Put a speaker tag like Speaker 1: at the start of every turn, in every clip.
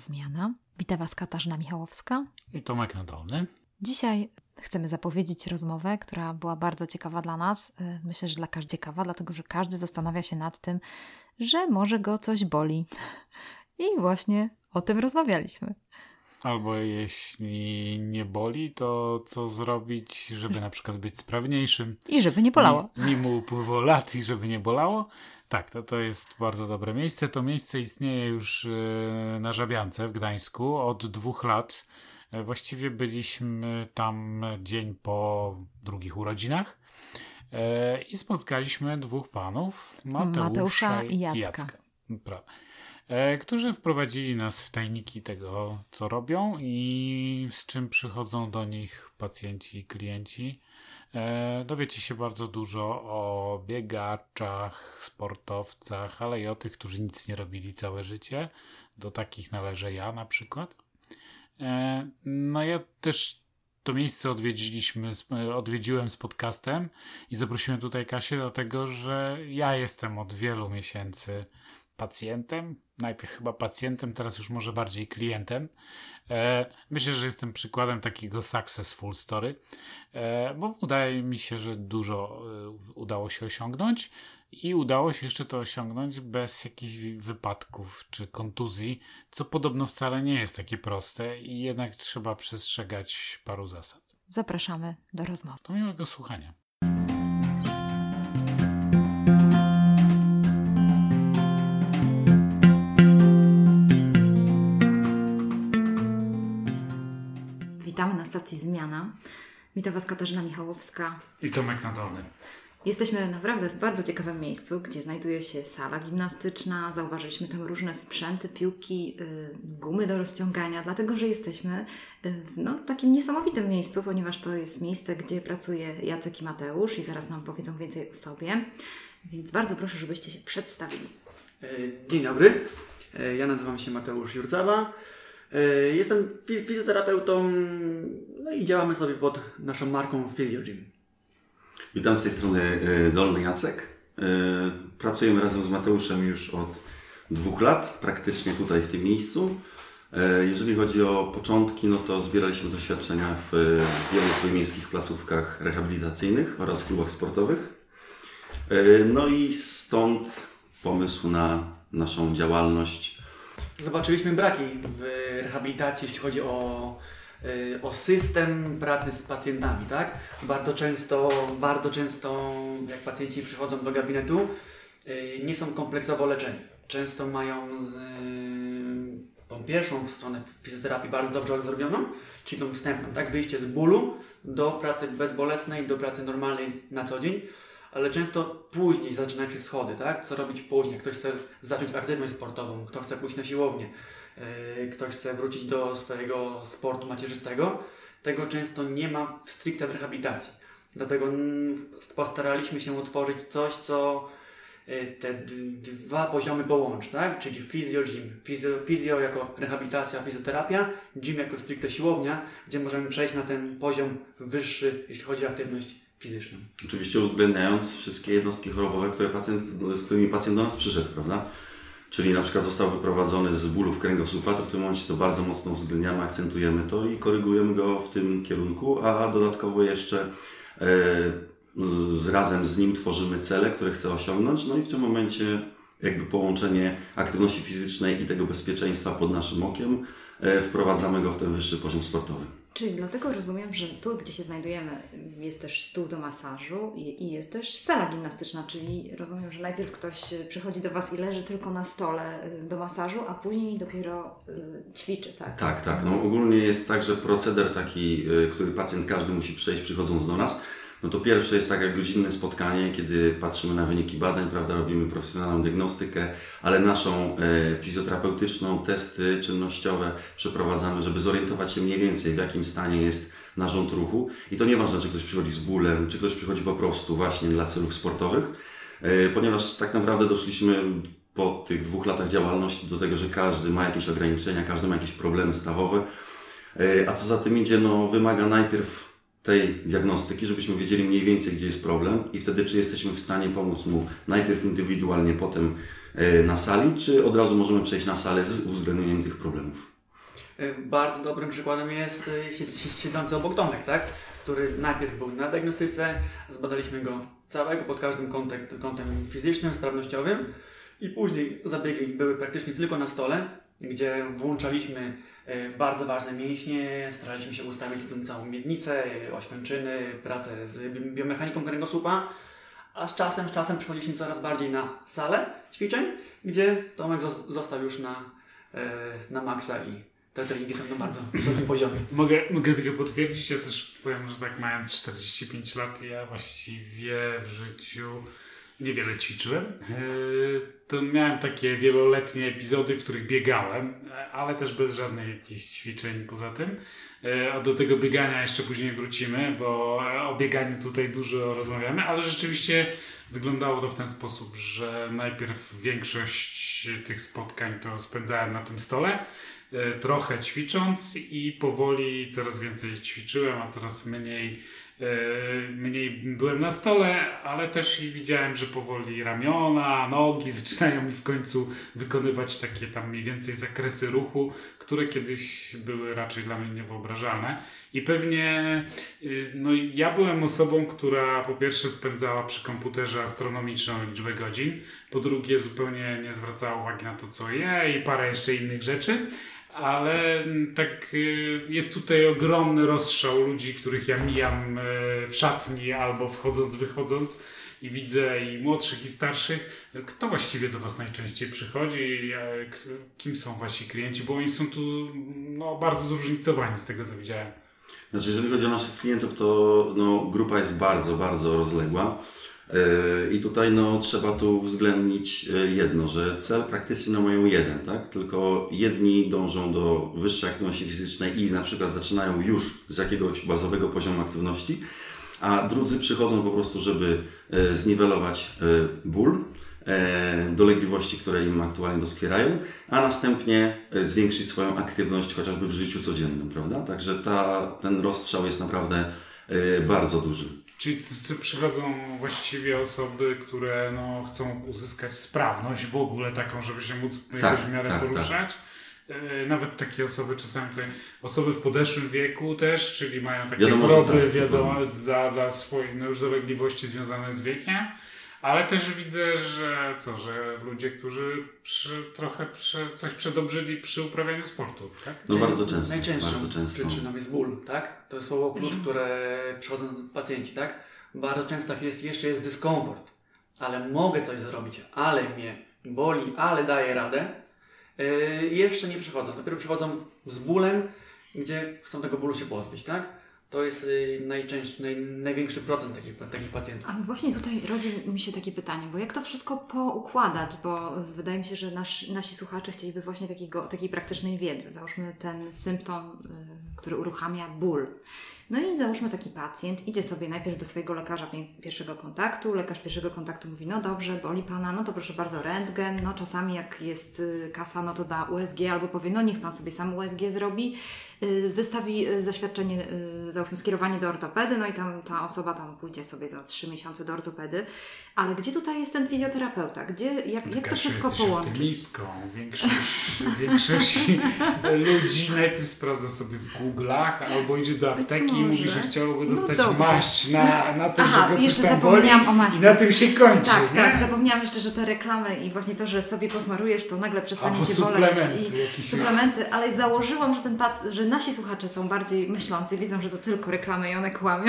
Speaker 1: Zmiana. Witam Was Katarzyna Michałowska
Speaker 2: i Tomek Nadolny.
Speaker 1: Dzisiaj chcemy zapowiedzieć rozmowę, która była bardzo ciekawa dla nas. Myślę, że dla każdego ciekawa, dlatego że każdy zastanawia się nad tym, że może go coś boli. I właśnie o tym rozmawialiśmy.
Speaker 2: Albo jeśli nie boli, to co zrobić, żeby na przykład być sprawniejszym.
Speaker 1: I żeby nie bolało.
Speaker 2: Mimo upływu lat i żeby nie bolało. Tak, to jest bardzo dobre miejsce. To miejsce istnieje już na Żabiance w Gdańsku od 2 lat. Właściwie byliśmy tam dzień po drugich urodzinach i spotkaliśmy 2 panów, Mateusza i Jacka. Którzy wprowadzili nas w tajniki tego, co robią i z czym przychodzą do nich pacjenci i klienci. Dowiecie się bardzo dużo o biegaczach, sportowcach, ale i o tych, którzy nic nie robili całe życie. Do takich należę ja na przykład. No ja też to miejsce odwiedziłem z podcastem i zaprosiłem tutaj Kasię dlatego, że ja jestem od wielu miesięcy pacjentem, najpierw chyba pacjentem, teraz już może bardziej klientem. Myślę, że jestem przykładem takiego successful story, bo wydaje mi się, że dużo udało się osiągnąć i udało się jeszcze to osiągnąć bez jakichś wypadków czy kontuzji, co podobno wcale nie jest takie proste i jednak trzeba przestrzegać paru zasad.
Speaker 1: Zapraszamy do rozmowy.
Speaker 2: To miłego słuchania.
Speaker 1: Witamy na stacji Zmiana. Witam Was Katarzyna Michałowska
Speaker 2: I Tomek Nadolny.
Speaker 1: Jesteśmy naprawdę w bardzo ciekawym miejscu, gdzie znajduje się sala gimnastyczna. Zauważyliśmy tam różne sprzęty, piłki, gumy do rozciągania, dlatego że jesteśmy w takim niesamowitym miejscu, ponieważ to jest miejsce, gdzie pracuje Jacek i Mateusz i zaraz nam powiedzą więcej o sobie. Więc bardzo proszę, żebyście się przedstawili.
Speaker 3: Dzień dobry, ja nazywam się Mateusz Jurcawa. Jestem fizjoterapeutą, no i działamy sobie pod naszą marką PhysioGym.
Speaker 4: Witam z tej strony Dolny Jacek. Pracujemy razem z Mateuszem już od 2 lat, praktycznie tutaj w tym miejscu. Jeżeli chodzi o początki, no to zbieraliśmy doświadczenia w wielu trójmiejskich placówkach rehabilitacyjnych oraz klubach sportowych. No i stąd pomysł na naszą działalność.
Speaker 3: Zobaczyliśmy braki w rehabilitacji, jeśli chodzi o system pracy z pacjentami, tak? Bardzo często jak pacjenci przychodzą do gabinetu, nie są kompleksowo leczeni. Często mają tą pierwszą stronę fizjoterapii bardzo dobrze zrobioną, czyli tą wstępną, tak? Wyjście z bólu do pracy bezbolesnej, do pracy normalnej na co dzień. Ale często później zaczynają się schody, tak? Co robić później? Ktoś chce zacząć aktywność sportową, ktoś chce pójść na siłownię, ktoś chce wrócić do swojego sportu macierzystego. Tego często nie ma w stricte rehabilitacji. Dlatego postaraliśmy się utworzyć coś, co te 2 poziomy połączy, tak? Czyli physio-gym. Physio jako rehabilitacja, fizjoterapia, gym jako stricte siłownia, gdzie możemy przejść na ten poziom wyższy, jeśli chodzi o aktywność fizyczną.
Speaker 4: Oczywiście uwzględniając wszystkie jednostki chorobowe, z którymi pacjent do nas przyszedł, prawda? Czyli na przykład został wyprowadzony z bólów kręgosłupa, to w tym momencie to bardzo mocno uwzględniamy, akcentujemy to i korygujemy go w tym kierunku, a dodatkowo jeszcze razem z nim tworzymy cele, które chce osiągnąć, no i w tym momencie jakby połączenie aktywności fizycznej i tego bezpieczeństwa pod naszym okiem wprowadzamy go w ten wyższy poziom sportowy.
Speaker 1: Czyli dlatego rozumiem, że tu, gdzie się znajdujemy, jest też stół do masażu i jest też sala gimnastyczna, czyli rozumiem, że najpierw ktoś przychodzi do Was i leży tylko na stole do masażu, a później dopiero ćwiczy, tak?
Speaker 4: Tak. No ogólnie jest tak, że proceder taki, który pacjent każdy musi przejść przychodząc do nas, no to pierwsze jest takie godzinne spotkanie, kiedy patrzymy na wyniki badań, prawda, robimy profesjonalną diagnostykę, ale naszą fizjoterapeutyczną, testy czynnościowe przeprowadzamy, żeby zorientować się mniej więcej, w jakim stanie jest narząd ruchu. I to nieważne, czy ktoś przychodzi z bólem, czy ktoś przychodzi po prostu właśnie dla celów sportowych, ponieważ tak naprawdę doszliśmy po tych 2 latach działalności do tego, że każdy ma jakieś ograniczenia, każdy ma jakieś problemy stawowe, a co za tym idzie, no wymaga najpierw tej diagnostyki, żebyśmy wiedzieli mniej więcej, gdzie jest problem i wtedy, czy jesteśmy w stanie pomóc mu najpierw indywidualnie, potem na sali, czy od razu możemy przejść na salę z uwzględnieniem tych problemów.
Speaker 3: Bardzo dobrym przykładem jest siedzący obok Tomek, tak? Który najpierw był na diagnostyce, zbadaliśmy go całego pod każdym kątem fizycznym, sprawnościowym i później zabiegi były praktycznie tylko na stole, gdzie włączaliśmy bardzo ważne mięśnie, staraliśmy się ustawić z tym całą miednicę, oświęczyny, pracę z biomechaniką kręgosłupa, a z czasem przechodziliśmy coraz bardziej na salę ćwiczeń, gdzie Tomek został już na maksa i te treningi są na bardzo wysokim poziomie.
Speaker 2: Mogę tylko potwierdzić, ja też powiem, że tak mając 45 lat, ja właściwie w życiu niewiele ćwiczyłem. To miałem takie wieloletnie epizody, w których biegałem, ale też bez żadnych jakichś ćwiczeń poza tym. A do tego biegania jeszcze później wrócimy, bo o bieganiu tutaj dużo rozmawiamy, ale rzeczywiście wyglądało to w ten sposób, że najpierw większość tych spotkań to spędzałem na tym stole, trochę ćwicząc i powoli coraz więcej ćwiczyłem, a coraz mniej byłem na stole, ale też i widziałem, że powoli ramiona, nogi zaczynają mi w końcu wykonywać takie tam mniej więcej zakresy ruchu, które kiedyś były raczej dla mnie niewyobrażalne. I pewnie ja byłem osobą, która po pierwsze spędzała przy komputerze astronomiczną liczbę godzin, po drugie zupełnie nie zwracała uwagi na to, co je i parę jeszcze innych rzeczy. Ale tak jest tutaj ogromny rozstrzał ludzi, których ja mijam w szatni albo wchodząc, wychodząc i widzę i młodszych i starszych. Kto właściwie do Was najczęściej przychodzi? Kim są Wasi klienci? Bo oni są tu bardzo zróżnicowani z tego, co widziałem.
Speaker 4: Znaczy, jeżeli chodzi o naszych klientów, to grupa jest bardzo, bardzo rozległa. I tutaj trzeba tu uwzględnić jedno, że cel praktycznie mają jeden, tak? Tylko jedni dążą do wyższej aktywności fizycznej i na przykład zaczynają już z jakiegoś bazowego poziomu aktywności, a drudzy przychodzą po prostu, żeby zniwelować ból, dolegliwości, które im aktualnie doskwierają, a następnie zwiększyć swoją aktywność chociażby w życiu codziennym, prawda? Także ten rozstrzał jest naprawdę bardzo duży.
Speaker 2: Czyli przychodzą właściwie osoby, które chcą uzyskać sprawność w ogóle taką, żeby się móc w jakiejś miarę poruszać. Tak. Nawet takie osoby czasami osoby w podeszłym wieku też, czyli mają takie choroby dla swoich już dolegliwości związane z wiekiem. Ale też widzę, że ludzie, którzy trochę coś przedobrzyli przy uprawianiu sportu, tak?
Speaker 4: Bardzo często.
Speaker 3: Najczęstszą przyczyną jest ból, tak? To jest słowo klucz, które przychodzą pacjenci, tak? Bardzo często jeszcze jest dyskomfort, ale mogę coś zrobić, ale mnie boli, ale daję radę. Jeszcze nie przychodzą. Dopiero przychodzą z bólem, gdzie chcą tego bólu się pozbyć, tak? To jest największy procent takich pacjentów.
Speaker 1: Ale właśnie tutaj rodzi mi się takie pytanie, bo jak to wszystko poukładać, bo wydaje mi się, że nasi słuchacze chcieliby właśnie takiej praktycznej wiedzy. Załóżmy ten symptom, który uruchamia ból. No i załóżmy taki pacjent idzie sobie najpierw do swojego lekarza pierwszego kontaktu. Lekarz pierwszego kontaktu mówi, dobrze, boli Pana, to proszę bardzo rentgen. Czasami jak jest kasa, to da USG albo powie, niech Pan sobie sam USG zrobi. Wystawi zaświadczenie, załóżmy skierowanie do ortopedy, i tam ta osoba pójdzie sobie za 3 miesiące do ortopedy. Ale gdzie tutaj jest ten fizjoterapeuta? Jak to wszystko połączyć?
Speaker 2: Optymistką. Większość ludzi najpierw sprawdza sobie w Google'ach albo idzie do apteki i mówi, że chciałoby dostać maść na to, że go coś tam boli
Speaker 1: o maści.
Speaker 2: I na tym się kończy.
Speaker 1: Tak, zapomniałam jeszcze, że te reklamy i właśnie to, że sobie posmarujesz, to nagle przestanie Cię boleć. I suplementy, ale założyłam, że nasi słuchacze są bardziej myślący, widzą, że to tylko reklamy i one kłamią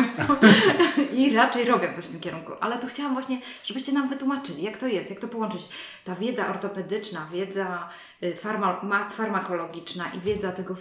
Speaker 1: i raczej robią coś w tym kierunku. Ale tu chciałam właśnie, żebyście nam wytłumaczyli, jak to jest, jak to połączyć. Ta wiedza ortopedyczna, wiedza farmakologiczna i wiedza tego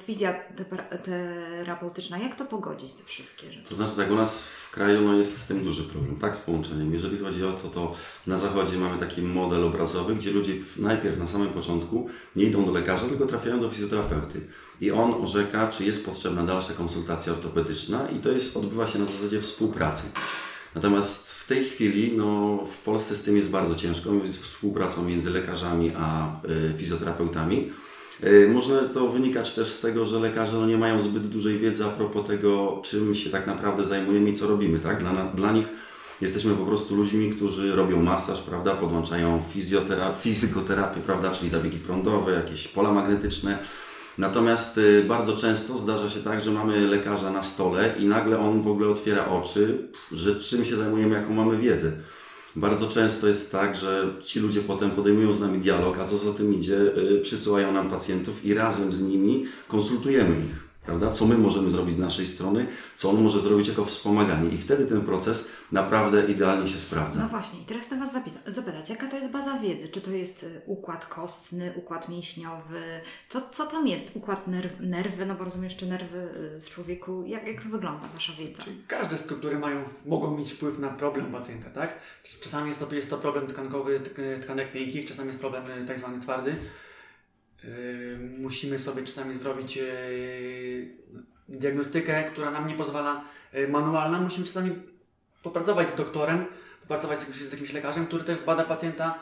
Speaker 1: fizjoterapeutyczna, jak to pogodzić, te wszystkie rzeczy?
Speaker 4: To znaczy tak, u nas w kraju jest z tym duży problem, tak, z połączeniem. Jeżeli chodzi o to na zachodzie mamy taki model obrazowy, gdzie ludzie najpierw na samym początku nie idą do lekarza, tylko trafiają do fizjoterapeuty. I on orzeka, czy jest potrzebna dalsza konsultacja ortopedyczna i to odbywa się na zasadzie współpracy. Natomiast w tej chwili w Polsce z tym jest bardzo ciężko, z współpracą między lekarzami a fizjoterapeutami. Można to wynikać też z tego, że lekarze nie mają zbyt dużej wiedzy a propos tego, czym się tak naprawdę zajmujemy i co robimy. Tak? Dla nich jesteśmy po prostu ludźmi, którzy robią masaż, prawda? Podłączają fizykoterapię, prawda? Czyli zabiegi prądowe, jakieś pola magnetyczne. Natomiast bardzo często zdarza się tak, że mamy lekarza na stole i nagle on w ogóle otwiera oczy, że czym się zajmujemy, jaką mamy wiedzę. Bardzo często jest tak, że ci ludzie potem podejmują z nami dialog, a co za tym idzie, przysyłają nam pacjentów i razem z nimi konsultujemy ich. Prawda? Co my możemy zrobić z naszej strony, co on może zrobić jako wspomaganie. I wtedy ten proces naprawdę idealnie się sprawdza.
Speaker 1: No właśnie, i teraz chcę Was zapytać, jaka to jest baza wiedzy? Czy to jest układ kostny, układ mięśniowy? Co tam jest? Układ nerwy, no bo rozumiem jeszcze nerwy w człowieku. Jak to wygląda, Wasza wiedza?
Speaker 3: Czyli każde struktury mogą mieć wpływ na problem pacjenta, tak? Czasami jest to problem tkankowy, tkanek miękkich, czasami jest problem tak zwany twardy. Musimy sobie czasami zrobić diagnostykę, która nam nie pozwala manualna. Musimy czasami popracować z doktorem, popracować z jakimś lekarzem, który też zbada pacjenta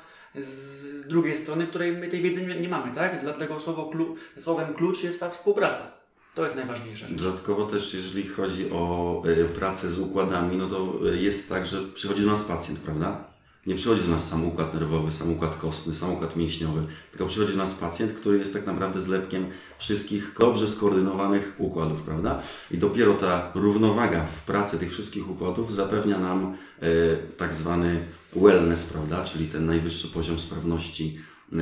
Speaker 3: z drugiej strony, w której my tej wiedzy nie mamy, tak? Dlatego słowem klucz jest ta współpraca. To jest najważniejsze.
Speaker 4: Dodatkowo też, jeżeli chodzi o pracę z układami, no to jest tak, że przychodzi do nas pacjent, prawda? Nie przychodzi do nas sam układ nerwowy, sam układ kostny, sam układ mięśniowy, tylko przychodzi do nas pacjent, który jest tak naprawdę zlepkiem wszystkich dobrze skoordynowanych układów, prawda? I dopiero ta równowaga w pracy tych wszystkich układów zapewnia nam tak zwany wellness, prawda? Czyli ten najwyższy poziom sprawności.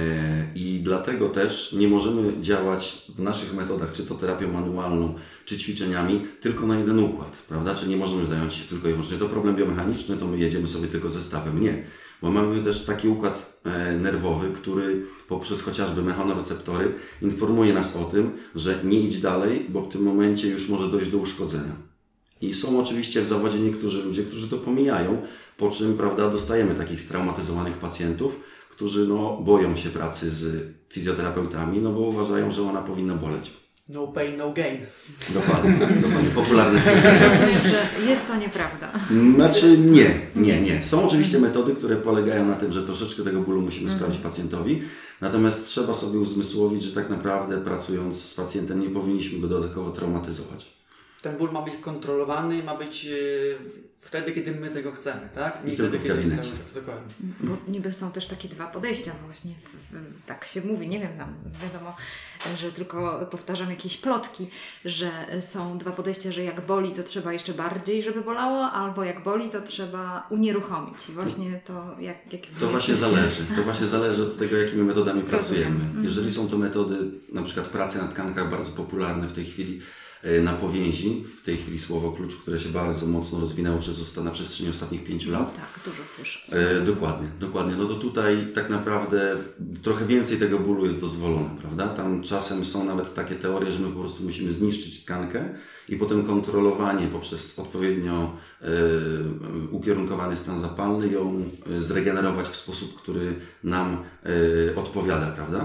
Speaker 4: I dlatego też nie możemy działać w naszych metodach, czy to terapią manualną, czy ćwiczeniami, tylko na jeden układ, prawda? Czyli nie możemy zająć się tylko i wyłącznie to problem biomechaniczny, to my jedziemy sobie tylko zestawem. Nie, bo mamy też taki układ nerwowy, który poprzez chociażby mechanoreceptory informuje nas o tym, że nie idź dalej, bo w tym momencie już może dojść do uszkodzenia. I są oczywiście w zawodzie niektórzy ludzie, którzy to pomijają, po czym, prawda, dostajemy takich straumatyzowanych pacjentów, którzy boją się pracy z fizjoterapeutami, no bo uważają, że ona powinna boleć.
Speaker 3: No pain, no gain.
Speaker 4: Dokładnie. Popularne stwierdzenie.
Speaker 1: Rozumiem, że jest to nieprawda.
Speaker 4: Znaczy nie. Są oczywiście metody, które polegają na tym, że troszeczkę tego bólu musimy sprawdzić pacjentowi, natomiast trzeba sobie uzmysłowić, że tak naprawdę pracując z pacjentem nie powinniśmy go dodatkowo traumatyzować.
Speaker 3: Ten ból ma być kontrolowany, ma być wtedy, kiedy my tego chcemy, tak? Nie
Speaker 4: I
Speaker 3: wtedy,
Speaker 4: tylko w
Speaker 3: kiedy
Speaker 4: gabinecie.
Speaker 3: chcemy. Dokładnie.
Speaker 1: Bo niby są też takie dwa podejścia, no właśnie tak się mówi, nie wiem, tam wiadomo, że tylko powtarzam jakieś plotki, że są dwa podejścia, że jak boli, to trzeba jeszcze bardziej, żeby bolało, albo jak boli, to trzeba unieruchomić. I właśnie to jak
Speaker 4: To właśnie zależy. To właśnie zależy od tego, jakimi metodami pracujemy. Jeżeli są to metody, na przykład pracy na tkankach, bardzo popularne w tej chwili, na powięzi, w tej chwili słowo klucz, które się bardzo mocno rozwinęło na przestrzeni ostatnich 5 lat.
Speaker 1: Tak, dużo słyszę.
Speaker 4: Dokładnie. No to tutaj tak naprawdę trochę więcej tego bólu jest dozwolone, prawda? Tam czasem są nawet takie teorie, że my po prostu musimy zniszczyć tkankę i potem kontrolowanie poprzez odpowiednio ukierunkowany stan zapalny ją zregenerować w sposób, który nam odpowiada, prawda?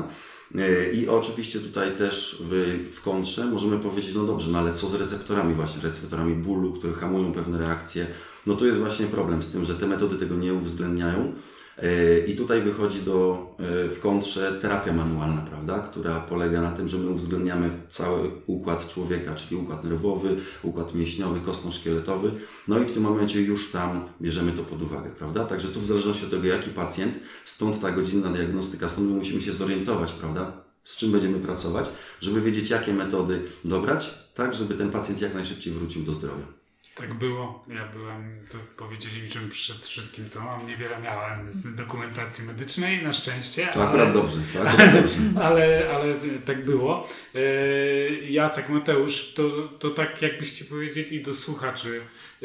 Speaker 4: I oczywiście tutaj też w kontrze możemy powiedzieć, no dobrze, no ale co z receptorami bólu, które hamują pewne reakcje. No to jest właśnie problem z tym, że te metody tego nie uwzględniają. I tutaj wychodzi w kontrze terapia manualna, prawda, która polega na tym, że my uwzględniamy cały układ człowieka, czyli układ nerwowy, układ mięśniowy, kostno-szkieletowy, no i w tym momencie już tam bierzemy to pod uwagę, prawda? Także tu w zależności od tego, jaki pacjent, stąd ta godzinna diagnostyka, stąd my musimy się zorientować, prawda, z czym będziemy pracować, żeby wiedzieć, jakie metody dobrać, tak żeby ten pacjent jak najszybciej wrócił do zdrowia.
Speaker 2: Tak było. Ja byłem, to powiedzieli mi, żebym przyszedł z wszystkim, co mam. Niewiele miałem z dokumentacji medycznej, na szczęście.
Speaker 4: To akurat dobrze.
Speaker 2: Ale tak było. Jacek, Mateusz, to tak jakbyście powiedzieli do słuchaczy,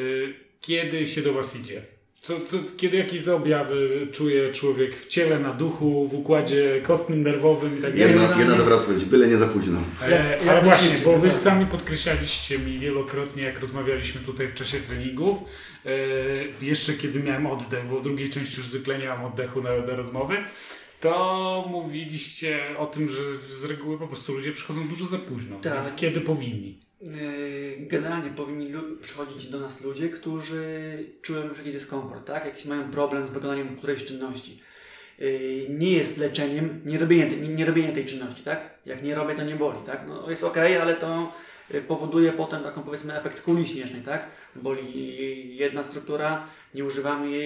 Speaker 2: kiedy się do Was idzie? Kiedy jakieś objawy czuje człowiek w ciele, na duchu, w układzie kostnym, nerwowym i tak dalej?
Speaker 4: Jedna dobra odpowiedź, byle nie za późno.
Speaker 2: Ale właśnie, bo Wy sami podkreślaliście mi wielokrotnie, jak rozmawialiśmy tutaj w czasie treningów, jeszcze kiedy miałem oddech, bo w drugiej części już zwykle nie mam oddechu na rozmowy, to mówiliście o tym, że z reguły po prostu ludzie przychodzą dużo za późno. Tak. Więc kiedy powinni?
Speaker 3: Generalnie powinni przychodzić do nas ludzie, którzy czują już jakiś dyskomfort, tak? Jakiś mają problem z wykonaniem którejś czynności. Nie jest leczeniem nie robienie tej czynności, tak? Jak nie robię, to nie boli, tak? No jest okej, ale to powoduje potem taką, powiedzmy, efekt kuli śnieżnej, tak? Boli jedna struktura, nie używamy jej,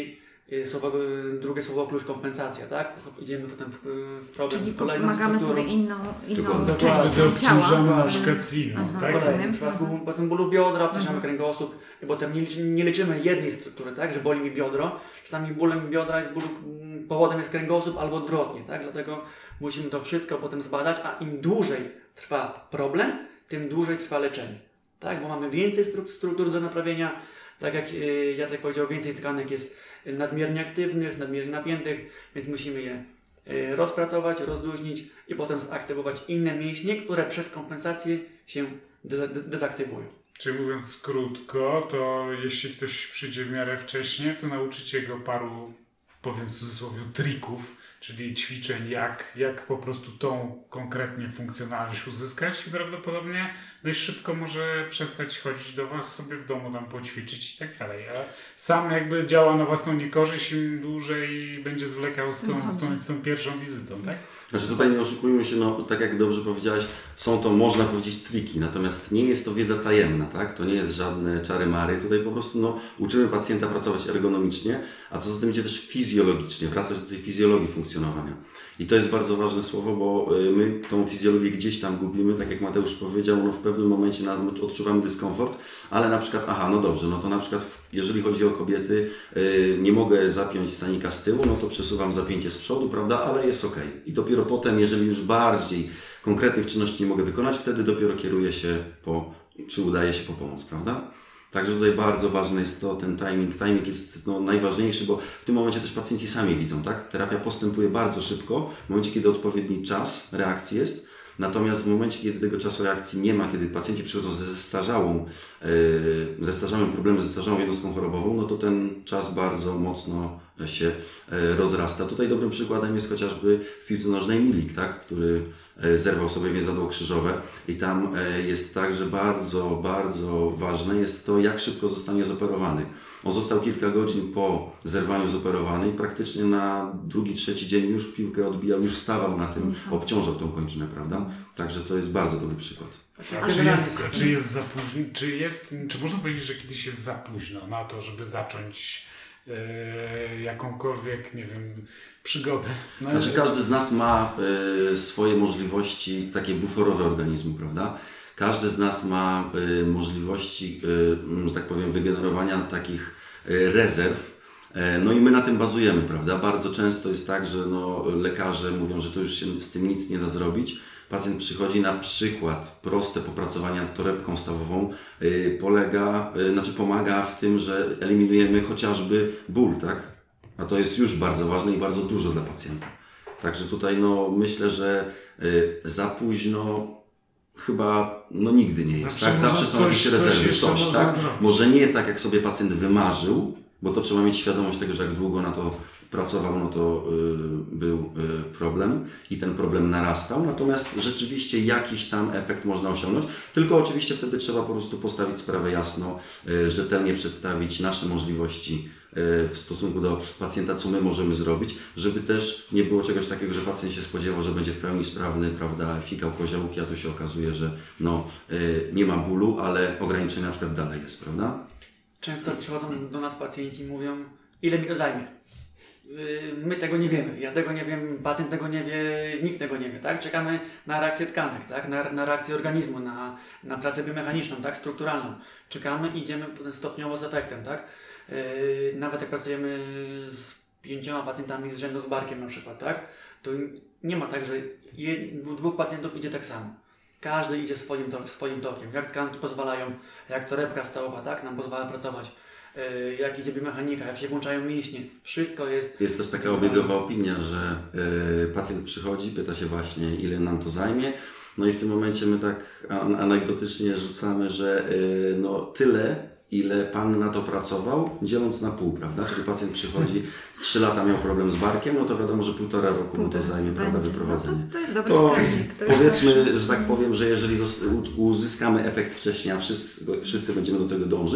Speaker 3: drugie słowo klucz kompensacja, tak? Idziemy potem w problem
Speaker 1: Czyli
Speaker 3: z kolejną
Speaker 1: pomagamy
Speaker 3: strukturą.
Speaker 1: sobie inną
Speaker 3: Dokładnie.
Speaker 1: część
Speaker 2: To
Speaker 1: ciała.
Speaker 2: obciążamy na przykład inną, tak?
Speaker 3: Kolejny. W przypadku potem bólu biodra obciążamy kręgosłup i potem nie liczymy jednej struktury, tak? Że boli mi biodro. Czasami bólem biodra jest powodem jest kręgosłup albo odwrotnie, tak? Dlatego musimy to wszystko potem zbadać, a im dłużej trwa problem, tym dłużej trwa leczenie, tak? Bo mamy więcej struktur do naprawienia, tak jak Jacek powiedział, więcej tkanek jest nadmiernie aktywnych, nadmiernie napiętych, więc musimy je rozpracować, rozluźnić i potem zaktywować inne mięśnie, które przez kompensację się dezaktywują.
Speaker 2: Czyli mówiąc krótko, to jeśli ktoś przyjdzie w miarę wcześnie, to nauczycie go paru, powiem w cudzysłowie, trików, czyli ćwiczeń, jak po prostu tą konkretnie funkcjonalność uzyskać i prawdopodobnie dość szybko może przestać chodzić do Was sobie w domu, tam poćwiczyć i tak dalej. A sam jakby działa na własną niekorzyść, im dłużej będzie zwlekał z tą pierwszą wizytą, tak?
Speaker 4: Znaczy tutaj nie oszukujmy się, no tak jak dobrze powiedziałeś, są to, można powiedzieć, triki, natomiast nie jest to wiedza tajemna, tak? To nie jest żadne czary-mary, tutaj po prostu uczymy pacjenta pracować ergonomicznie, a co za tym idzie też fizjologicznie, wracać do tej fizjologii funkcjonowania. I to jest bardzo ważne słowo, bo my tą fizjologię gdzieś tam gubimy, tak jak Mateusz powiedział, w pewnym momencie odczuwamy dyskomfort, ale na przykład, no dobrze, no to na przykład jeżeli chodzi o kobiety, nie mogę zapiąć stanika z tyłu, no to przesuwam zapięcie z przodu, prawda, ale jest ok. I dopiero potem, jeżeli już bardziej konkretnych czynności nie mogę wykonać, wtedy dopiero kieruję się czy udaje się po pomoc, prawda? Także tutaj bardzo ważny jest to, ten timing. Timing jest najważniejszy, bo w tym momencie też pacjenci sami widzą, tak? Terapia postępuje bardzo szybko, w momencie, kiedy odpowiedni czas reakcji jest. Natomiast w momencie, kiedy tego czasu reakcji nie ma, kiedy pacjenci przychodzą ze zestarzałym problemem, ze zestarzałą jednostką chorobową, no to ten czas bardzo mocno się rozrasta. Tutaj dobrym przykładem jest chociażby w piłce nożnej Milik, tak? Który zerwał sobie więzadło krzyżowe i tam jest tak, że bardzo, bardzo ważne jest to, jak szybko zostanie zoperowany. On został kilka godzin po zerwaniu zoperowany i praktycznie na drugi, trzeci dzień już piłkę odbijał, już stawał na tym, obciążał tą kończynę, prawda? Także to jest bardzo dobry przykład.
Speaker 2: Czy jest za późno, czy można powiedzieć, że kiedyś jest za późno na to, żeby zacząć jakąkolwiek, nie wiem, przygodę?
Speaker 4: Znaczy każdy z nas ma swoje możliwości takie buforowe organizmu, prawda? Każdy z nas ma możliwości, że tak powiem, wygenerowania takich rezerw. No i my na tym bazujemy, prawda? Bardzo często jest tak, że lekarze mówią, że to już się z tym nic nie da zrobić. Pacjent przychodzi, na przykład proste popracowanie nad torebką stawową pomaga w tym, że eliminujemy chociażby ból, tak? A to jest już bardzo ważne i bardzo dużo dla pacjenta. Także tutaj myślę, że za późno chyba nigdy nie jest. Tak? Zawsze są jakieś rezerwy. Tak? Może nie tak, jak sobie pacjent wymarzył, bo to trzeba mieć świadomość tego, że jak długo na to pracował, to był problem i ten problem narastał. Natomiast rzeczywiście jakiś tam efekt można osiągnąć. Tylko oczywiście wtedy trzeba po prostu postawić sprawę jasno, rzetelnie przedstawić nasze możliwości w stosunku do pacjenta, co my możemy zrobić, żeby też nie było czegoś takiego, że pacjent się spodziewał, że będzie w pełni sprawny, prawda, fikał koziołki, a tu się okazuje, że nie ma bólu, ale ograniczenie na przykład dalej jest, prawda?
Speaker 3: Często przychodzą do nas pacjenci i mówią, ile mi to zajmie. My tego nie wiemy, ja tego nie wiem, pacjent tego nie wie, nikt tego nie wie, tak? Czekamy na reakcję tkanek, tak? Na reakcję organizmu, na pracę biomechaniczną, tak? Strukturalną. Czekamy i idziemy stopniowo z efektem, tak? Nawet jak pracujemy z 5 pacjentami z rzędu z barkiem na przykład, tak? To nie ma tak, że 2 pacjentów idzie tak samo. Każdy idzie swoim tokiem. Jak tkanki pozwalają, jak torebka stałowa, tak? Nam pozwala pracować. Jak idzie biomechanika, jak się włączają mięśnie. Wszystko jest...
Speaker 4: Jest też taka obiegowa opinia, że pacjent przychodzi, pyta się właśnie, ile nam to zajmie. No i w tym momencie my tak anegdotycznie rzucamy, że tyle, ile Pan na to pracował, dzieląc na pół, prawda? Czyli pacjent przychodzi, 3 lata miał problem z barkiem, no to wiadomo, że 1,5 roku mu to zajmie, prawda, wyprowadzenie.
Speaker 1: To jest dobry wskaźnik.
Speaker 4: Powiedzmy, że tak powiem, że jeżeli uzyskamy efekt wcześniej, a wszyscy będziemy do tego dążyć,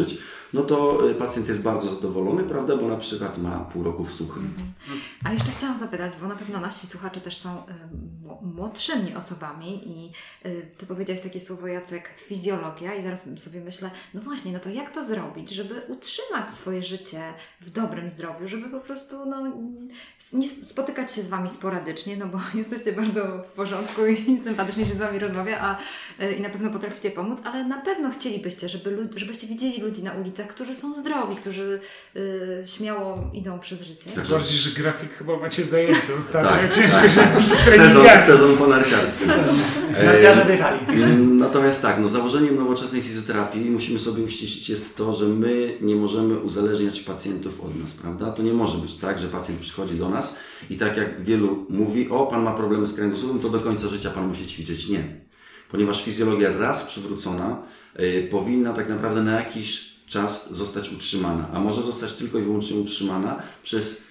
Speaker 4: no to pacjent jest bardzo zadowolony, prawda, bo na przykład ma pół roku w suchym.
Speaker 1: A jeszcze chciałam zapytać, bo na pewno nasi słuchacze też są młodszymi osobami i Ty powiedziałeś takie słowo, Jacek, fizjologia, i zaraz sobie myślę, no właśnie, no to jak to zrobić, żeby utrzymać swoje życie w dobrym zdrowiu, żeby po prostu nie spotykać się z Wami sporadycznie, no bo jesteście bardzo w porządku i sympatycznie się z Wami rozmawia, i na pewno potraficie pomóc, ale na pewno chcielibyście, żebyście widzieli ludzi na ulicach, którzy są zdrowi, którzy śmiało idą przez życie.
Speaker 2: Bardziej, że grafik chyba macie zajęty ostatnio.
Speaker 4: Tak,
Speaker 2: Ciężko się
Speaker 4: sezon ponarciarski.
Speaker 3: Narciarze zjechali.
Speaker 4: Natomiast tak, założeniem nowoczesnej fizjoterapii, musimy sobie uściślić, jest to, że my nie możemy uzależniać pacjentów od nas, prawda? To nie może być tak, że pacjent przychodzi do nas i tak jak wielu mówi, pan ma problemy z kręgosłupem, to do końca życia pan musi ćwiczyć. Nie. Ponieważ fizjologia raz przywrócona powinna tak naprawdę na jakiś czas zostać utrzymana, a może zostać tylko i wyłącznie utrzymana przez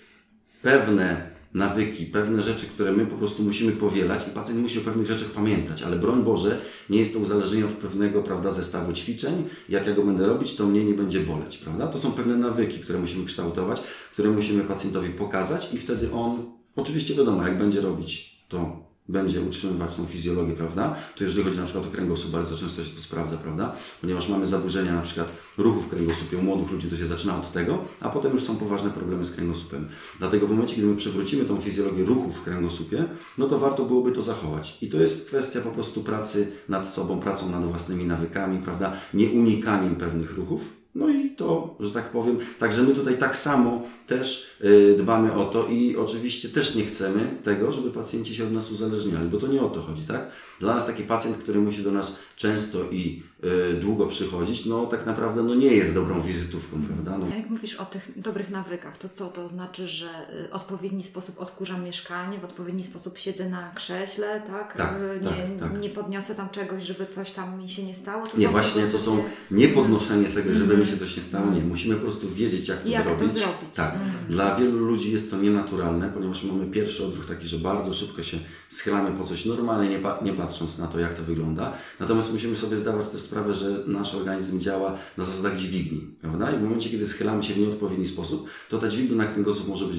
Speaker 4: pewne nawyki, pewne rzeczy, które my po prostu musimy powielać i pacjent musi o pewnych rzeczach pamiętać, ale broń Boże, nie jest to uzależnienie od pewnego, prawda, zestawu ćwiczeń. Jak ja go będę robić, to mnie nie będzie boleć, prawda? To są pewne nawyki, które musimy kształtować, które musimy pacjentowi pokazać i wtedy on, oczywiście wiadomo, jak będzie robić, to będzie utrzymywać tą fizjologię, prawda? To jeżeli chodzi na przykład o kręgosłup, bardzo często się to sprawdza, prawda? Ponieważ mamy zaburzenia na przykład ruchów w kręgosłupie, u młodych ludzi to się zaczyna od tego, a potem już są poważne problemy z kręgosłupem. Dlatego w momencie, kiedy my przywrócimy tą fizjologię ruchów w kręgosłupie, no to warto byłoby to zachować. I to jest kwestia po prostu pracy nad sobą, pracą nad własnymi nawykami, prawda? Nie unikaniem pewnych ruchów. No i to, że tak powiem, także my tutaj tak samo też dbamy o to i oczywiście też nie chcemy tego, żeby pacjenci się od nas uzależniali, bo to nie o to chodzi, tak? Dla nas taki pacjent, który musi do nas często i długo przychodzić, no tak naprawdę nie jest dobrą wizytówką, prawda?
Speaker 1: A jak mówisz o tych dobrych nawykach, to co to znaczy, że w odpowiedni sposób odkurzam mieszkanie, w odpowiedni sposób siedzę na krześle, tak?
Speaker 4: Tak,
Speaker 1: nie podniosę tam czegoś, żeby coś tam mi się nie stało?
Speaker 4: Nie, właśnie to są nie podnoszenie czegoś, żeby mi się coś nie stało, nie. Musimy po prostu wiedzieć, jak to zrobić. Tak. Dla wielu ludzi jest to nienaturalne, ponieważ mamy pierwszy odruch taki, że bardzo szybko się schylamy po coś normalnie, nie patrząc na to, jak to wygląda. Natomiast musimy sobie zdawać też sprawę, że nasz organizm działa na zasadach dźwigni, prawda? I w momencie, kiedy schylamy się w nieodpowiedni sposób, to ta dźwignia na kręgosłup może być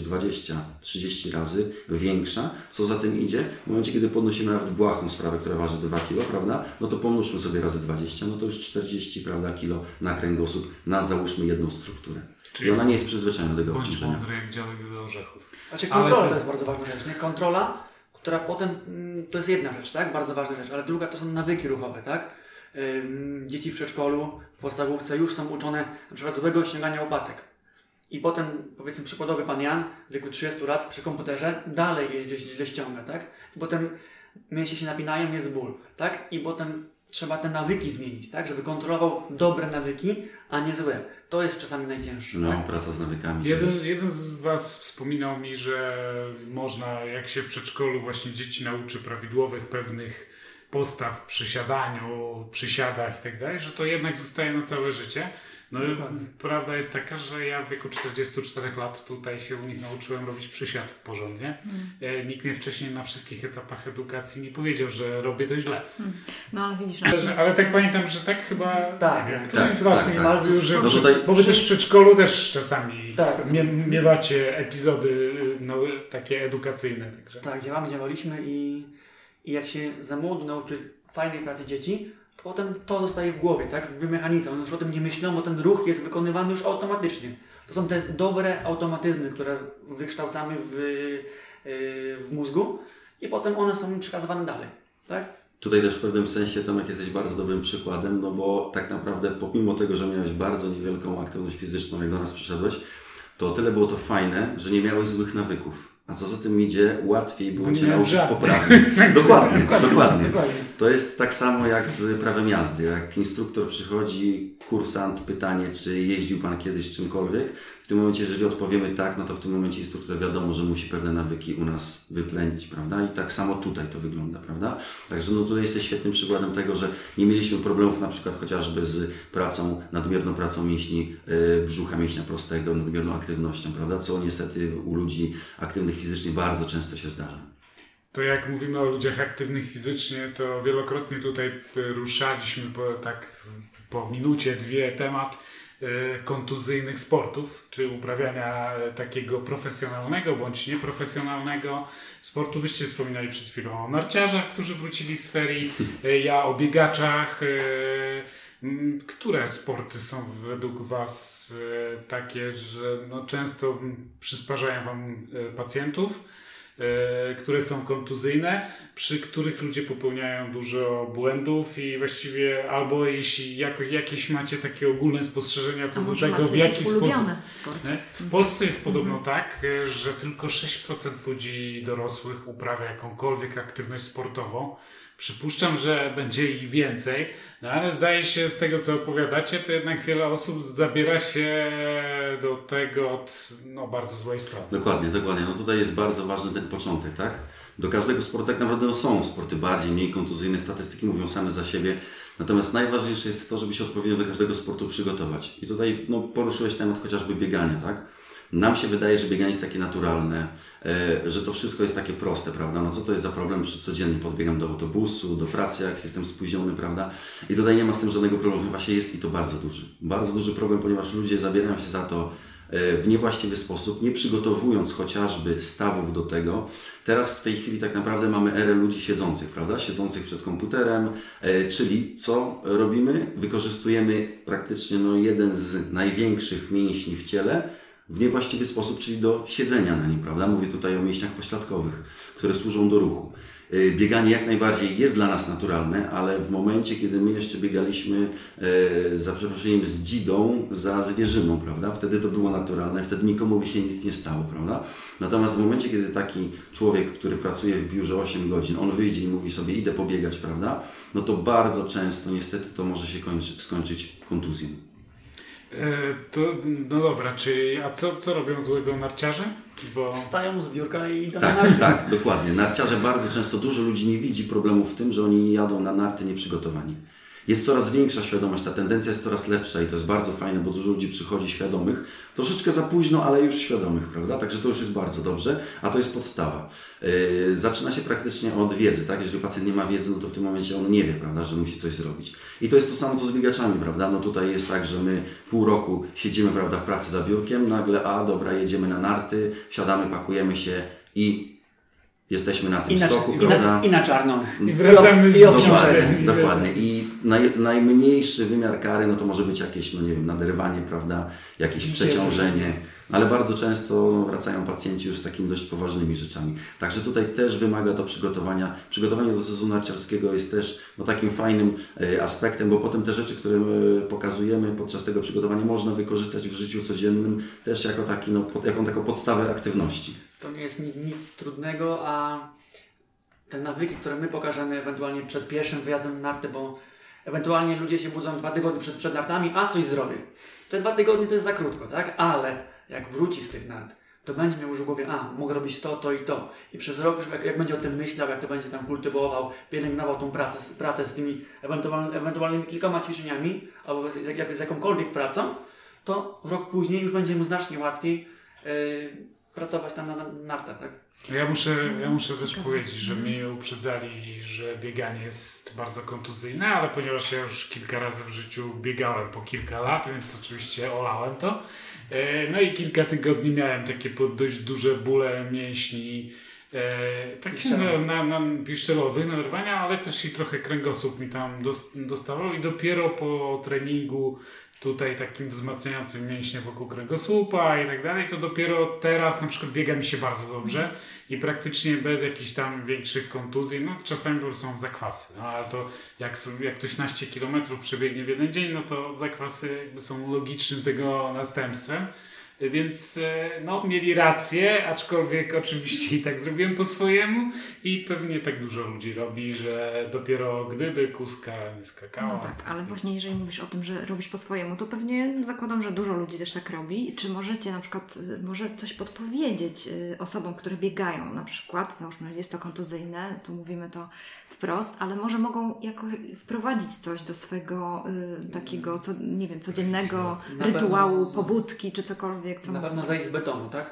Speaker 4: 20-30 razy większa. Co za tym idzie? W momencie, kiedy podnosimy nawet błahą sprawę, która waży 2 kg, prawda? No to pomnóżmy sobie razy 20, no to już 40, prawda, kilo na kręgosłup, na załóżmy jedną strukturę. I ona nie jest przyzwyczajona do tego obciążenia.
Speaker 2: Bądź mądry jak działek do orzechów.
Speaker 3: Znaczy kontrola to jest bardzo ważna rzecz, nie? Kontrola, która potem, to jest jedna rzecz, tak? Bardzo ważna rzecz, ale druga to są nawyki ruchowe, tak? Dzieci w przedszkolu, w podstawówce już są uczone na przykład złego ściągania łopatek. I potem, powiedzmy, przykładowy pan Jan w wieku 30 lat przy komputerze dalej je źle ściąga, tak? I potem mięśnie się napinają, jest ból, tak? I potem trzeba te nawyki zmienić, tak? Żeby kontrolował dobre nawyki, a nie złe. To jest czasami najcięższe.
Speaker 4: No,
Speaker 3: tak?
Speaker 4: praca z nawykami.
Speaker 2: Jeden z Was wspominał mi, że można, jak się w przedszkolu właśnie dzieci nauczy prawidłowych pewnych postaw w przysiadaniu, przysiadach i tak dalej, że to jednak zostaje na całe życie. No prawda jest taka, że ja w wieku 44 lat tutaj się u nich nauczyłem robić przysiad porządnie. Nikt mnie wcześniej na wszystkich etapach edukacji nie powiedział, że robię to źle.
Speaker 1: No ale widzisz...
Speaker 2: Ale tak pamiętam, że tak chyba...
Speaker 3: Tak.
Speaker 2: Ktoś z Was nie mówił, że...
Speaker 4: No tutaj...
Speaker 2: Bo Wy też w przedszkolu też czasami
Speaker 3: tak.
Speaker 2: miewacie epizody takie edukacyjne. Także.
Speaker 3: Tak, działaliśmy i jak się za młodu nauczy fajnej pracy dzieci, to potem to zostaje w głowie, tak? W mechanice. One już o tym nie myślą, bo ten ruch jest wykonywany już automatycznie. To są te dobre automatyzmy, które wykształcamy w mózgu i potem one są przekazywane dalej, tak?
Speaker 4: Tutaj też w pewnym sensie, Tomek, jesteś bardzo dobrym przykładem, no bo tak naprawdę pomimo tego, że miałeś bardzo niewielką aktywność fizyczną, jak do nas przyszedłeś, to o tyle było to fajne, że nie miałeś złych nawyków. A co za tym idzie, łatwiej było Cię nauczyć poprawnie. Dokładnie. To jest tak samo jak z prawem jazdy. Jak instruktor przychodzi, kursant, pytanie, czy jeździł Pan kiedyś czymkolwiek. W tym momencie, jeżeli odpowiemy tak, no to w tym momencie instruktor wiadomo, że musi pewne nawyki u nas wyplenić, prawda? I tak samo tutaj to wygląda, prawda? Także no tutaj jesteś świetnym przykładem tego, że nie mieliśmy problemów na przykład chociażby z pracą, nadmierną pracą mięśni brzucha, mięśnia prostego, nadmierną aktywnością, prawda? Co niestety u ludzi aktywnych fizycznie bardzo często się zdarza.
Speaker 2: To jak mówimy o ludziach aktywnych fizycznie, to wielokrotnie tutaj ruszaliśmy po minucie, dwie temat kontuzyjnych sportów, czy uprawiania takiego profesjonalnego bądź nieprofesjonalnego sportu. Wyście wspominali przed chwilą o narciarzach, którzy wrócili z ferii, ja o biegaczach. Które sporty są według Was takie, że no często przysparzają Wam pacjentów, które są kontuzyjne, przy których ludzie popełniają dużo błędów i właściwie albo jeśli jakieś macie takie ogólne spostrzeżenia co do tego, w jaki sposób. W Polsce jest podobno tak, że tylko 6% ludzi dorosłych uprawia jakąkolwiek aktywność sportową. Przypuszczam, że będzie ich więcej, no ale zdaje się z tego, co opowiadacie, to jednak wiele osób zabiera się do tego od bardzo złej strony.
Speaker 4: Dokładnie. No tutaj jest bardzo ważny ten początek, tak? Do każdego sportu tak naprawdę są sporty bardziej, mniej kontuzyjne, statystyki mówią same za siebie. Natomiast najważniejsze jest to, żeby się odpowiednio do każdego sportu przygotować. I tutaj poruszyłeś temat chociażby biegania, tak? Nam się wydaje, że bieganie jest takie naturalne, że to wszystko jest takie proste, prawda? No co to jest za problem, że codziennie podbiegam do autobusu, do pracy, jak jestem spóźniony, prawda? I tutaj nie ma z tym żadnego problemu, właśnie jest i to bardzo duży. Bardzo duży problem, ponieważ ludzie zabierają się za to w niewłaściwy sposób, nie przygotowując chociażby stawów do tego. Teraz w tej chwili tak naprawdę mamy erę ludzi siedzących, prawda? Siedzących przed komputerem, czyli co robimy? Wykorzystujemy praktycznie jeden z największych mięśni w ciele w niewłaściwy sposób, czyli do siedzenia na nim, prawda? Mówię tutaj o mięśniach pośladkowych, które służą do ruchu. Bieganie jak najbardziej jest dla nas naturalne, ale w momencie, kiedy my jeszcze biegaliśmy za przeproszeniem z dzidą za zwierzyną, prawda? Wtedy to było naturalne, wtedy nikomu by się nic nie stało, prawda? Natomiast w momencie, kiedy taki człowiek, który pracuje w biurze 8 godzin, on wyjdzie i mówi sobie idę pobiegać, prawda? No to bardzo często niestety to może się skończyć kontuzją.
Speaker 2: No dobra, czyli a co robią złego narciarze?
Speaker 3: Wstają z biurka i idą na narty.
Speaker 4: Tak, dokładnie. Narciarze bardzo często, dużo ludzi nie widzi problemu w tym, że oni jadą na narty nieprzygotowani. Jest coraz większa świadomość, ta tendencja jest coraz lepsza i to jest bardzo fajne, bo dużo ludzi przychodzi świadomych, troszeczkę za późno, ale już świadomych, prawda? Także to już jest bardzo dobrze, a to jest podstawa. Zaczyna się praktycznie od wiedzy, tak? Jeżeli pacjent nie ma wiedzy, no to w tym momencie on nie wie, prawda, że musi coś zrobić. I to jest to samo, co z biegaczami, prawda? No tutaj jest tak, że my pół roku siedzimy, prawda, w pracy za biurkiem, nagle, dobra, jedziemy na narty, wsiadamy, pakujemy się i jesteśmy na tym stoku, prawda?
Speaker 3: I na czarno.
Speaker 2: I wracamy z
Speaker 4: Dokładnie. I najmniejszy wymiar kary, no to może być jakieś, naderwanie, prawda? Jakieś przeciążenie. Ale bardzo często wracają pacjenci już z takimi dość poważnymi rzeczami. Także tutaj też wymaga to przygotowania. Przygotowanie do sezonu narciarskiego jest też takim fajnym aspektem, bo potem te rzeczy, które pokazujemy podczas tego przygotowania można wykorzystać w życiu codziennym też jako taką podstawę aktywności.
Speaker 3: To nie jest nic trudnego, a te nawyki, które my pokażemy ewentualnie przed pierwszym wyjazdem na narty, bo ewentualnie ludzie się budzą 2 tygodnie przed nartami, a coś zrobię. Te 2 tygodnie to jest za krótko, tak? Ale jak wróci z tych nart, to będzie miał już w głowie, mogę robić to i to. I przez rok już jak będzie o tym myślał, jak to będzie tam kultywował, pielęgnował tą pracę z tymi ewentualnymi kilkoma ćwiczeniami, albo z jakąkolwiek pracą, to rok później już będzie mu znacznie łatwiej pracować tam na nartach, tak?
Speaker 2: Ja muszę też powiedzieć, że mnie uprzedzali, że bieganie jest bardzo kontuzyjne, ale ponieważ ja już kilka razy w życiu biegałem po kilka lat, więc oczywiście olałem to. No i kilka tygodni miałem takie dość duże bóle mięśni, takie piszczelowych, naderwania, ale też i trochę kręgosłup mi tam dostawał i dopiero po treningu tutaj takim wzmacniającym mięśnie wokół kręgosłupa i tak dalej, to dopiero teraz na przykład biega mi się bardzo dobrze i praktycznie bez jakichś tam większych kontuzji, czasami po prostu mam zakwasy, ale to jak ktoś 12 km przebiegnie w jeden dzień, no to zakwasy jakby są logicznym tego następstwem. Więc mieli rację, aczkolwiek oczywiście i tak zrobiłem po swojemu i pewnie tak dużo ludzi robi, że dopiero gdyby kuska nie skakała.
Speaker 1: No tak, ale właśnie jeżeli mówisz o tym, że robisz po swojemu, to pewnie zakładam, że dużo ludzi też tak robi. Czy możecie na przykład coś podpowiedzieć osobom, które biegają na przykład, załóżmy jest to kontuzyjne, tu mówimy to wprost, ale może mogą jakoś wprowadzić coś do swego takiego, codziennego rytuału, pobudki czy cokolwiek.
Speaker 3: Na pewno zejść z betonu, tak?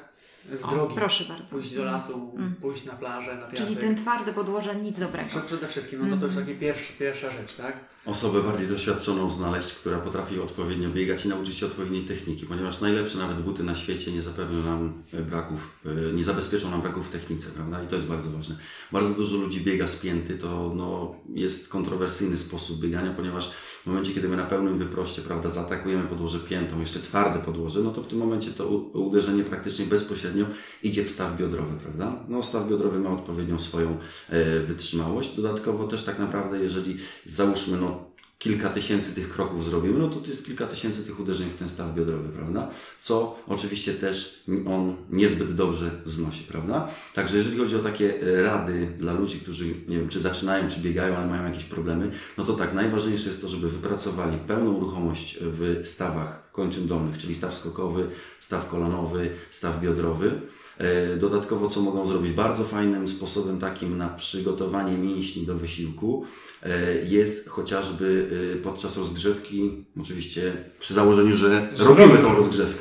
Speaker 3: z drogi.
Speaker 1: Proszę bardzo.
Speaker 3: Pójść do lasu, pójść na plażę, na piasek.
Speaker 1: Czyli ten twarde podłoże, nic dobrego.
Speaker 3: Przede wszystkim, to już taka pierwsza rzecz, tak?
Speaker 4: Osobę bardziej doświadczoną znaleźć, która potrafi odpowiednio biegać i nauczyć się odpowiedniej techniki, ponieważ najlepsze nawet buty na świecie nie zapewnią nam braków, nie zabezpieczą nam braków w technice, prawda? I to jest bardzo ważne. Bardzo dużo ludzi biega spięty, to jest kontrowersyjny sposób biegania, ponieważ w momencie, kiedy my na pełnym wyproście, prawda, zaatakujemy podłoże piętą, jeszcze twarde podłoże, to w tym momencie to uderzenie praktycznie bezpośrednio idzie w staw biodrowy, prawda? Staw biodrowy ma odpowiednią swoją wytrzymałość. Dodatkowo też tak naprawdę, jeżeli załóżmy, kilka tysięcy tych kroków zrobimy, to jest kilka tysięcy tych uderzeń w ten staw biodrowy, prawda? Co oczywiście też on niezbyt dobrze znosi, prawda? Także jeżeli chodzi o takie rady dla ludzi, którzy, nie wiem, czy zaczynają, czy biegają, ale mają jakieś problemy, to tak, najważniejsze jest to, żeby wypracowali pełną ruchomość w stawach kończyn dolnych, czyli staw skokowy, staw kolanowy, staw biodrowy. Dodatkowo, co mogą zrobić bardzo fajnym sposobem takim na przygotowanie mięśni do wysiłku, jest chociażby podczas rozgrzewki, oczywiście przy założeniu, że robimy tą rozgrzewkę,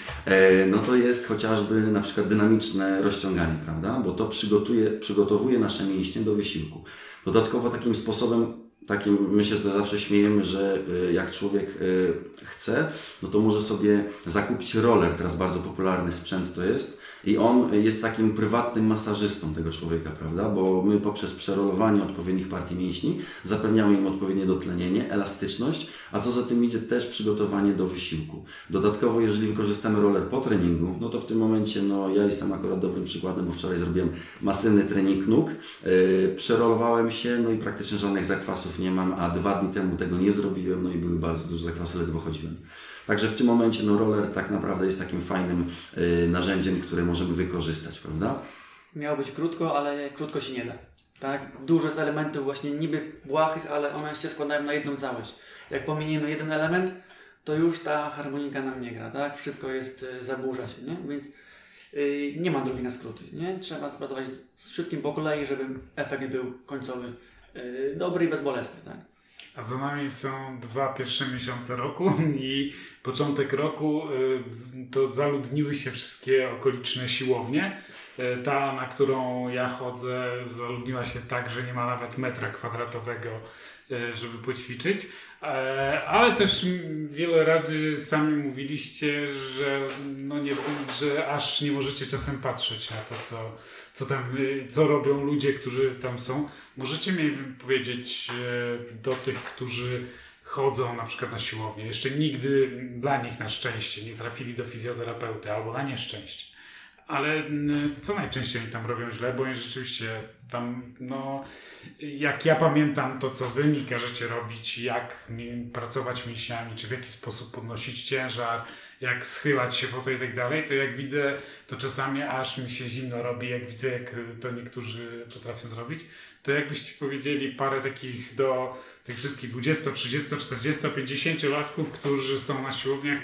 Speaker 4: to jest chociażby na przykład dynamiczne rozciąganie, prawda? Bo to przygotowuje nasze mięśnie do wysiłku. Dodatkowo takim sposobem, myślę, że zawsze śmiejemy, że jak człowiek chce, to może sobie zakupić roller, teraz bardzo popularny sprzęt to jest, i on jest takim prywatnym masażystą tego człowieka, prawda? Bo my poprzez przerolowanie odpowiednich partii mięśni zapewniamy im odpowiednie dotlenienie, elastyczność, a co za tym idzie też przygotowanie do wysiłku. Dodatkowo, jeżeli wykorzystamy roller po treningu, to w tym momencie, ja jestem akurat dobrym przykładem, bo wczoraj zrobiłem masywny trening nóg, przerolowałem się, i praktycznie żadnych zakwasów nie mam, a 2 dni temu tego nie zrobiłem, i były bardzo duże zakwasy, ledwo chodziłem. Także w tym momencie roller tak naprawdę jest takim fajnym narzędziem, które możemy wykorzystać, prawda?
Speaker 3: Miało być krótko, ale krótko się nie da. Tak? Dużo jest elementów właśnie niby błahych, ale one się składają na jedną całość. Jak pominiemy jeden element, to już ta harmonika nam nie gra, tak? Wszystko zaburza się, nie? Więc nie ma drogi na skróty, nie? Trzeba pracować z wszystkim po kolei, żeby efekt był końcowy dobry i bezbolesny, tak?
Speaker 2: A za nami są 2 pierwsze miesiące roku i początek roku to zaludniły się wszystkie okoliczne siłownie. Ta, na którą ja chodzę, zaludniła się tak, że nie ma nawet metra kwadratowego, żeby poćwiczyć. Ale też wiele razy sami mówiliście, że że aż nie możecie czasem patrzeć na to, co robią ludzie, którzy tam są. Możecie mi powiedzieć do tych, którzy chodzą na przykład na siłownię, jeszcze nigdy dla nich na szczęście nie trafili do fizjoterapeuty albo na nieszczęście. Ale co najczęściej oni tam robią źle, bo rzeczywiście tam, jak ja pamiętam to, co wy mi każecie robić, jak pracować mięśniami, czy w jaki sposób podnosić ciężar, jak schylać się po to i tak dalej, to jak widzę, to czasami aż mi się zimno robi, jak widzę, jak to niektórzy potrafią zrobić, to jakbyście powiedzieli parę takich do tych wszystkich 20, 30, 40, 50-latków, którzy są na siłowniach,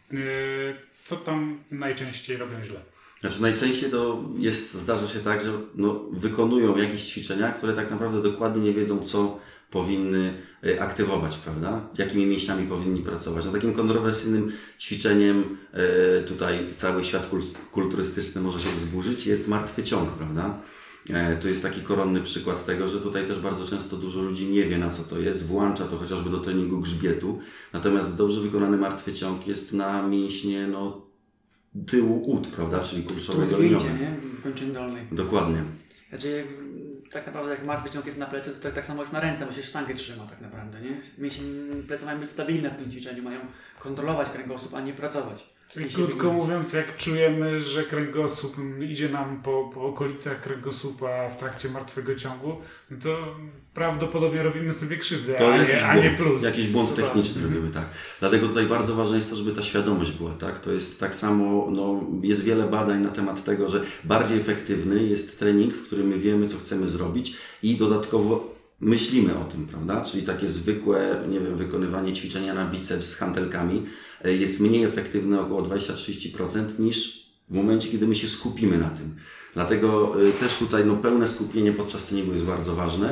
Speaker 2: co tam najczęściej robią źle?
Speaker 4: Znaczy najczęściej zdarza się tak, że wykonują jakieś ćwiczenia, które tak naprawdę dokładnie nie wiedzą, co powinny aktywować, prawda? Jakimi mięśniami powinni pracować. Takim kontrowersyjnym ćwiczeniem, tutaj cały świat kulturystyczny może się wzburzyć, jest martwy ciąg, prawda? Tu jest taki koronny przykład tego, że tutaj też bardzo często dużo ludzi nie wie, na co to jest, włącza to chociażby do treningu grzbietu, natomiast dobrze wykonany martwy ciąg jest na mięśnie, tyłu ud, prawda, czyli kurczowego liniowe.
Speaker 3: Nie? Kończyn dolnej.
Speaker 4: Dokładnie.
Speaker 3: Znaczy, tak naprawdę jak martwy ciąg jest na plecy, to tak samo jest na ręce, bo się sztangę trzyma tak naprawdę, nie? Mięśnie plecy mają być stabilne w tym ćwiczeniu, mają kontrolować kręgosłup, a nie pracować.
Speaker 2: Czyli krótko mówiąc, jak czujemy, że kręgosłup idzie nam po okolicach kręgosłupa w trakcie martwego ciągu, to prawdopodobnie robimy sobie krzywdę, a nie plus.
Speaker 4: Jakiś błąd techniczny robimy, tak. Dlatego tutaj bardzo ważne jest to, żeby ta świadomość była, tak. To jest tak samo, jest wiele badań na temat tego, że bardziej efektywny jest trening, w którym my wiemy, co chcemy zrobić i dodatkowo myślimy o tym, prawda? Czyli takie zwykłe, wykonywanie ćwiczenia na biceps z hantelkami jest mniej efektywne, około 20-30% niż w momencie, kiedy my się skupimy na tym. Dlatego też tutaj pełne skupienie podczas treningu jest bardzo ważne.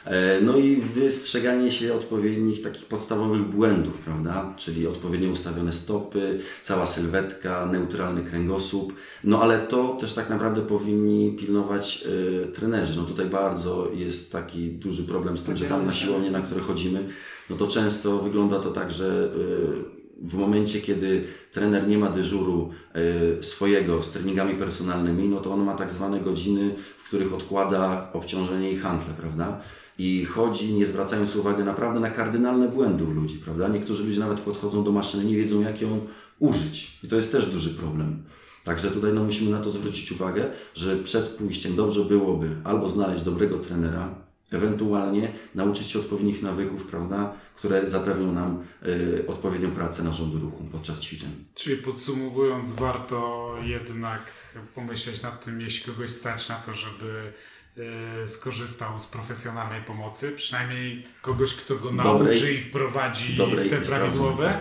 Speaker 4: No i wystrzeganie się odpowiednich takich podstawowych błędów, prawda? Czyli odpowiednio ustawione stopy, cała sylwetka, neutralny kręgosłup. No ale to też tak naprawdę powinni pilnować trenerzy. No tutaj bardzo jest taki duży problem z tym, że tam na siłownię, na które chodzimy, no to często wygląda to tak, że w momencie, kiedy trener nie ma dyżuru swojego z treningami personalnymi, no to on ma tak zwane godziny, w których odkłada obciążenie i hantle, prawda? I chodzi, nie zwracając uwagi naprawdę na kardynalne błędy u ludzi, prawda? Niektórzy ludzie nawet podchodzą do maszyny, nie wiedzą jak ją użyć. I to jest też duży problem. Także tutaj no, musimy na to zwrócić uwagę, że przed pójściem dobrze byłoby albo znaleźć dobrego trenera, ewentualnie nauczyć się odpowiednich nawyków, prawda, które zapewnią nam odpowiednią pracę narządu ruchu podczas ćwiczeń.
Speaker 2: Czyli podsumowując, warto jednak pomyśleć nad tym, jeśli kogoś stać na to, żeby skorzystał z profesjonalnej pomocy, przynajmniej kogoś, kto go nauczy i wprowadzi w te prawidłowe,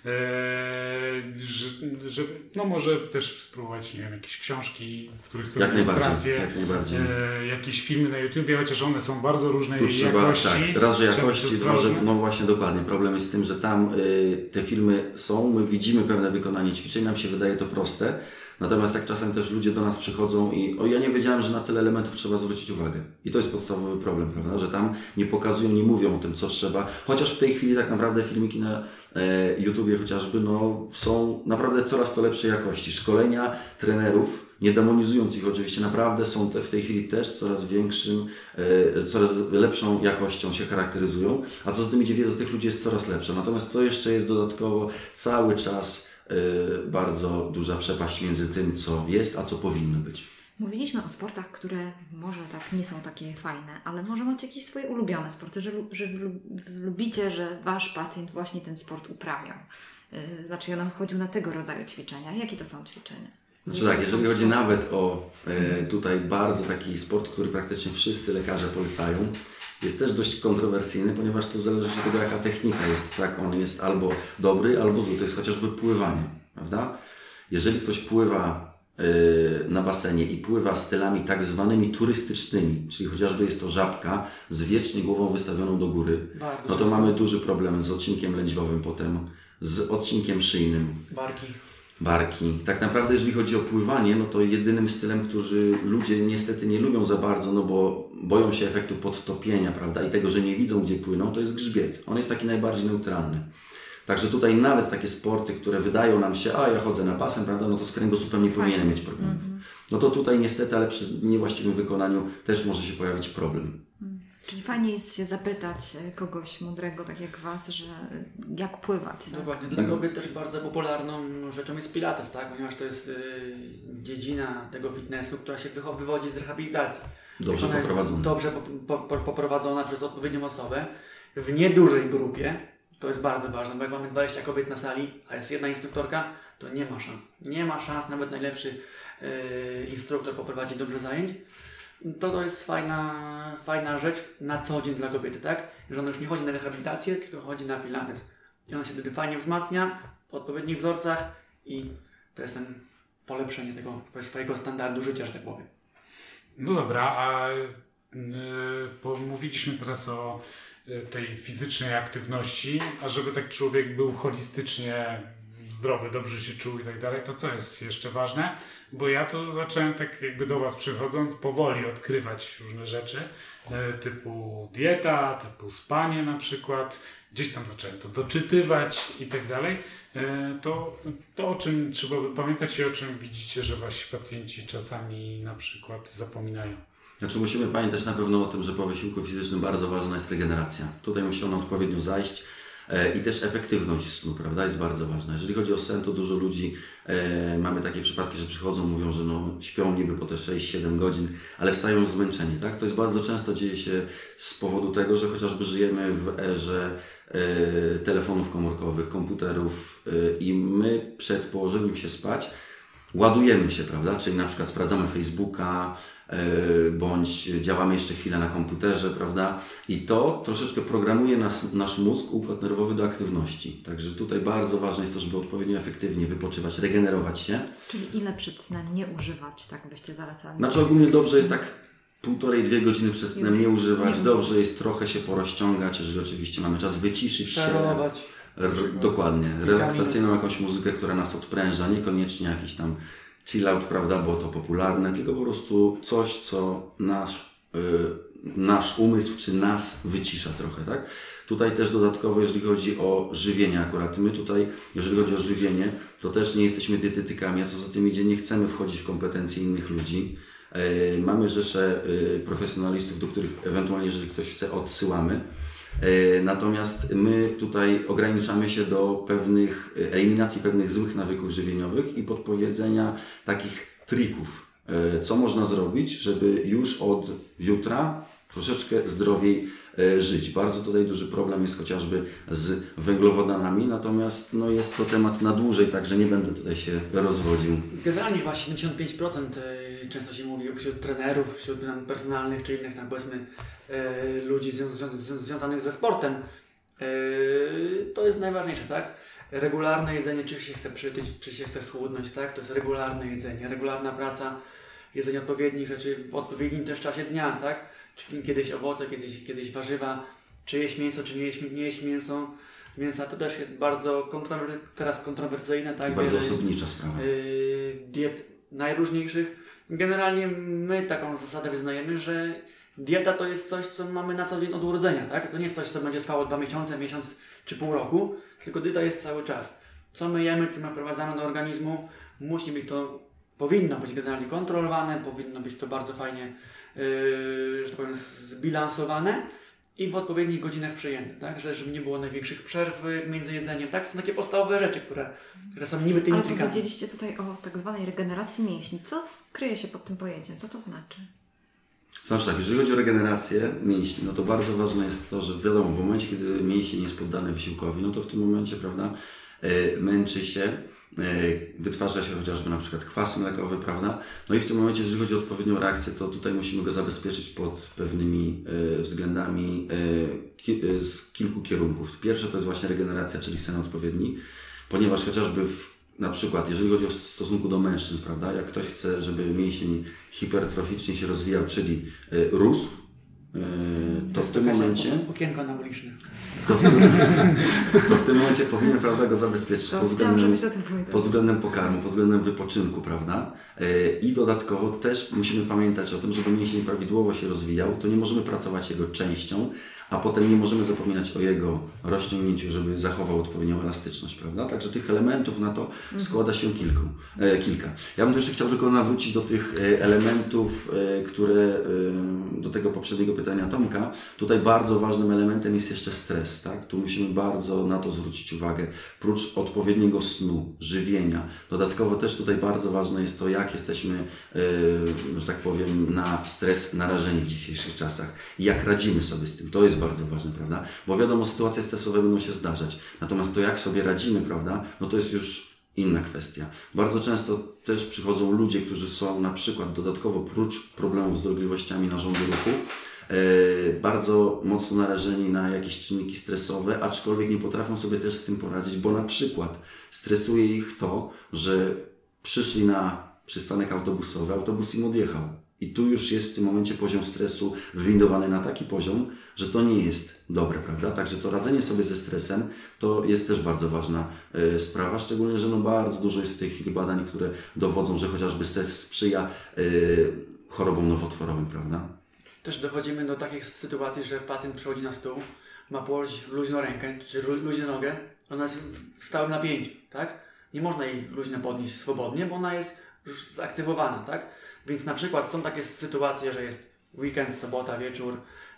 Speaker 2: że no może też spróbować, nie wiem, jakieś książki, w których są ilustracje, jakieś filmy na YouTubie, chociaż one są bardzo różnej jakości.
Speaker 4: Tak, raz, że jakości, dwa, że no właśnie dokładnie. Problem jest z tym, że tam te filmy są, my widzimy pewne wykonanie ćwiczeń, nam się wydaje to proste. Natomiast tak czasem też ludzie do nas przychodzą i ja nie wiedziałem, że na tyle elementów trzeba zwrócić uwagę. I to jest podstawowy problem, prawda? Że tam nie pokazują, nie mówią o tym, co trzeba. Chociaż w tej chwili tak naprawdę filmiki na YouTubie chociażby no, są naprawdę coraz to lepszej jakości. Szkolenia trenerów, nie demonizując ich oczywiście, naprawdę są w tej chwili też coraz większym, coraz lepszą jakością się charakteryzują. A co z tym idzie, wiedza tych ludzi jest coraz lepsza. Natomiast to jeszcze jest dodatkowo cały czas bardzo duża przepaść między tym, co jest, a co powinno być.
Speaker 1: Mówiliśmy o sportach, które może tak nie są takie fajne, ale może macie jakieś swoje ulubione sporty, że lubicie, że Wasz pacjent właśnie ten sport uprawiał. Znaczy, on chodził na tego rodzaju ćwiczenia. Jakie to są ćwiczenia?
Speaker 4: Znaczy tak, jeżeli chodzi nawet o tutaj bardzo taki sport, który praktycznie wszyscy lekarze polecają, jest też dość kontrowersyjny, ponieważ to zależy od tego, jaka technika jest. Tak? On jest albo dobry, albo zły. To jest chociażby pływanie, prawda? Jeżeli ktoś pływa na basenie i pływa stylami tak zwanymi turystycznymi, czyli chociażby jest to żabka z wiecznie głową wystawioną do góry, no to mamy duży problem z odcinkiem lędźwiowym potem, z odcinkiem szyjnym. Barki. Tak naprawdę jeżeli chodzi o pływanie, no to jedynym stylem, który ludzie niestety nie lubią za bardzo, no bo boją się efektu podtopienia, prawda, i tego, że nie widzą gdzie płyną, to jest grzbiet. On jest taki najbardziej neutralny. Także tutaj nawet takie sporty, które wydają nam się, ja chodzę na basen, prawda, no to z kręgosłupem nie powinienem mieć problemów. No to tutaj niestety, ale przy niewłaściwym wykonaniu też może się pojawić problem.
Speaker 1: Czyli fajnie jest się zapytać kogoś mądrego, tak jak Was, że jak pływać. Tak?
Speaker 3: Dokładnie. Dla kobiet też bardzo popularną rzeczą jest pilates, tak? Ponieważ to jest dziedzina tego fitnessu, która się wywodzi z rehabilitacji.
Speaker 4: Dobrze poprowadzona.
Speaker 3: Dobrze poprowadzona przez odpowiednią osobę w niedużej grupie. To jest bardzo ważne, bo jak mamy 20 kobiet na sali, a jest jedna instruktorka, to nie ma szans. Nie ma szans, nawet najlepszy instruktor poprowadzi dobrze zajęć. To jest fajna rzecz na co dzień dla kobiety, tak? Że ona już nie chodzi na rehabilitację, tylko chodzi na pilates. I ona się wtedy fajnie wzmacnia w odpowiednich wzorcach i to jest ten polepszenie tego swojego standardu życia, że tak powiem.
Speaker 2: No dobra, a mówiliśmy teraz o tej fizycznej aktywności, a żeby tak człowiek był holistycznie zdrowy, dobrze się czuł i tak dalej, to co jest jeszcze ważne? Bo ja to zacząłem tak jakby do Was przychodząc powoli odkrywać różne rzeczy, typu dieta, typu spanie na przykład, gdzieś tam zacząłem to doczytywać i tak dalej. To o czym trzeba by pamiętać i o czym widzicie, że Wasi pacjenci czasami na przykład zapominają.
Speaker 4: Znaczy musimy pamiętać na pewno o tym, że po wysiłku fizycznym bardzo ważna jest regeneracja. Tutaj musi ona odpowiednio zajść. I też efektywność snu, prawda, jest bardzo ważna. Jeżeli chodzi o sen, to dużo ludzi, mamy takie przypadki, że przychodzą, mówią, że śpią niby po te 6-7 godzin, ale wstają zmęczeni, tak? To jest bardzo często dzieje się z powodu tego, że chociażby żyjemy w erze telefonów komórkowych, komputerów i my przed położeniem się spać ładujemy się, prawda? Czyli na przykład sprawdzamy Facebooka, bądź działamy jeszcze chwilę na komputerze, prawda? I to troszeczkę programuje nasz mózg, układ nerwowy do aktywności. Także tutaj bardzo ważne jest to, żeby odpowiednio efektywnie wypoczywać, regenerować się.
Speaker 1: Czyli ile przed snem nie używać, tak byście zalecali?
Speaker 4: Znaczy ogólnie dobrze jest tak 1,5–2 godziny przed snem nie używać. Dobrze jest trochę się porozciągać, jeżeli oczywiście mamy czas wyciszyć się. Dokładnie. Relaksacyjną jakąś muzykę, która nas odpręża, niekoniecznie jakiś tam chill out, prawda, bo to popularne, tylko po prostu coś, co nasz umysł czy nas wycisza trochę, tak? Tutaj też dodatkowo, jeżeli chodzi o żywienie akurat, my tutaj, jeżeli chodzi o żywienie, to też nie jesteśmy dietetykami, a co za tym idzie, nie chcemy wchodzić w kompetencje innych ludzi. Mamy rzeszę profesjonalistów, do których ewentualnie, jeżeli ktoś chce, odsyłamy. Natomiast my tutaj ograniczamy się do eliminacji pewnych złych nawyków żywieniowych i podpowiedzenia takich trików, co można zrobić, żeby już od jutra troszeczkę zdrowiej żyć. Bardzo tutaj duży problem jest chociażby z węglowodanami, natomiast jest to temat na dłużej, także nie będę tutaj się rozwodził.
Speaker 3: Generalnie chyba 75% często się mówi wśród trenerów, wśród personalnych czy innych tam powiedzmy ludzi związanych ze sportem. To jest najważniejsze, tak? Regularne jedzenie, czy się chce przytyć, czy się chce schudnąć, tak? To jest regularne jedzenie, regularna praca, jedzenie odpowiednich rzeczy w odpowiednim też czasie dnia, tak? Czyli kiedyś owoce, kiedyś warzywa, czy jeść mięso, czy nie jeść mięsa, to też jest bardzo teraz kontrowersyjne, tak?
Speaker 4: Bardzo osobnicza sprawa.
Speaker 3: Diet najróżniejszych. Generalnie my taką zasadę wyznajemy, że dieta to jest coś, co mamy na co dzień od urodzenia, tak? To nie jest coś, co będzie trwało 2 miesiące, miesiąc czy pół roku, tylko dieta jest cały czas. Co my jemy, co my wprowadzamy do organizmu, powinno być generalnie kontrolowane, powinno być to bardzo fajnie, że tak powiem, zbilansowane i w odpowiednich godzinach przyjęte, tak? Żeby nie było największych przerw między jedzeniem, tak? To są takie podstawowe rzeczy, które są niby tymi trikami.
Speaker 1: Ale powiedzieliście tutaj o tak zwanej regeneracji mięśni. Co kryje się pod tym pojęciem? Co to znaczy?
Speaker 4: Znaczy tak, jeżeli chodzi o regenerację mięśni, to bardzo ważne jest to, że wiadomo, w momencie, kiedy mięsień jest poddany wysiłkowi, to w tym momencie, prawda, męczy się, wytwarza się chociażby na przykład kwas mlekowy, prawda? I w tym momencie, jeżeli chodzi o odpowiednią reakcję, to tutaj musimy go zabezpieczyć pod pewnymi względami z kilku kierunków. Pierwsze to jest właśnie regeneracja, czyli sen odpowiedni, ponieważ chociażby na przykład, jeżeli chodzi o stosunku do mężczyzn, prawda? Jak ktoś chce, żeby mięsień hipertroficznie się rozwijał, czyli rósł, to w tym momencie...
Speaker 3: Okienko anaboliczne.
Speaker 4: To w tym momencie powinien, prawda, go zabezpieczyć pod względem pokarmu, pod względem wypoczynku, prawda? I dodatkowo też musimy pamiętać o tym, żeby mięsień prawidłowo się rozwijał, to nie możemy pracować jego częścią, a potem nie możemy zapominać o jego rozciągnięciu, żeby zachował odpowiednią elastyczność, prawda? Także tych elementów na to składa się kilka. Ja bym też chciał tylko nawrócić do tych elementów, które do tego poprzedniego pytania Tomka. Tutaj bardzo ważnym elementem jest jeszcze stres, tak? Tu musimy bardzo na to zwrócić uwagę. Prócz odpowiedniego snu, żywienia. Dodatkowo też tutaj bardzo ważne jest to, jak jesteśmy, że tak powiem, na stres narażeni w dzisiejszych czasach. I jak radzimy sobie z tym. To jest bardzo ważne, prawda? Bo wiadomo, sytuacje stresowe będą się zdarzać. Natomiast to, jak sobie radzimy, prawda? To jest już inna kwestia. Bardzo często też przychodzą ludzie, którzy są na przykład dodatkowo prócz problemów z dolegliwościami narządu ruchu, bardzo mocno narażeni na jakieś czynniki stresowe, aczkolwiek nie potrafią sobie też z tym poradzić, bo na przykład stresuje ich to, że przyszli na przystanek autobusowy, autobus im odjechał. I tu już jest w tym momencie poziom stresu wywindowany na taki poziom, że to nie jest dobre, prawda? Także to radzenie sobie ze stresem to jest też bardzo ważna sprawa, szczególnie, że bardzo dużo jest w tej chwili badań, które dowodzą, że chociażby stres sprzyja chorobom nowotworowym, prawda?
Speaker 3: Też dochodzimy do takich sytuacji, że pacjent przychodzi na stół, ma położyć luźną rękę, czy luźną nogę, ona jest w stałym napięciu, tak? Nie można jej luźno podnieść swobodnie, bo ona jest już zaktywowana, tak? Więc na przykład są takie sytuacje, że jest weekend, sobota, wieczór,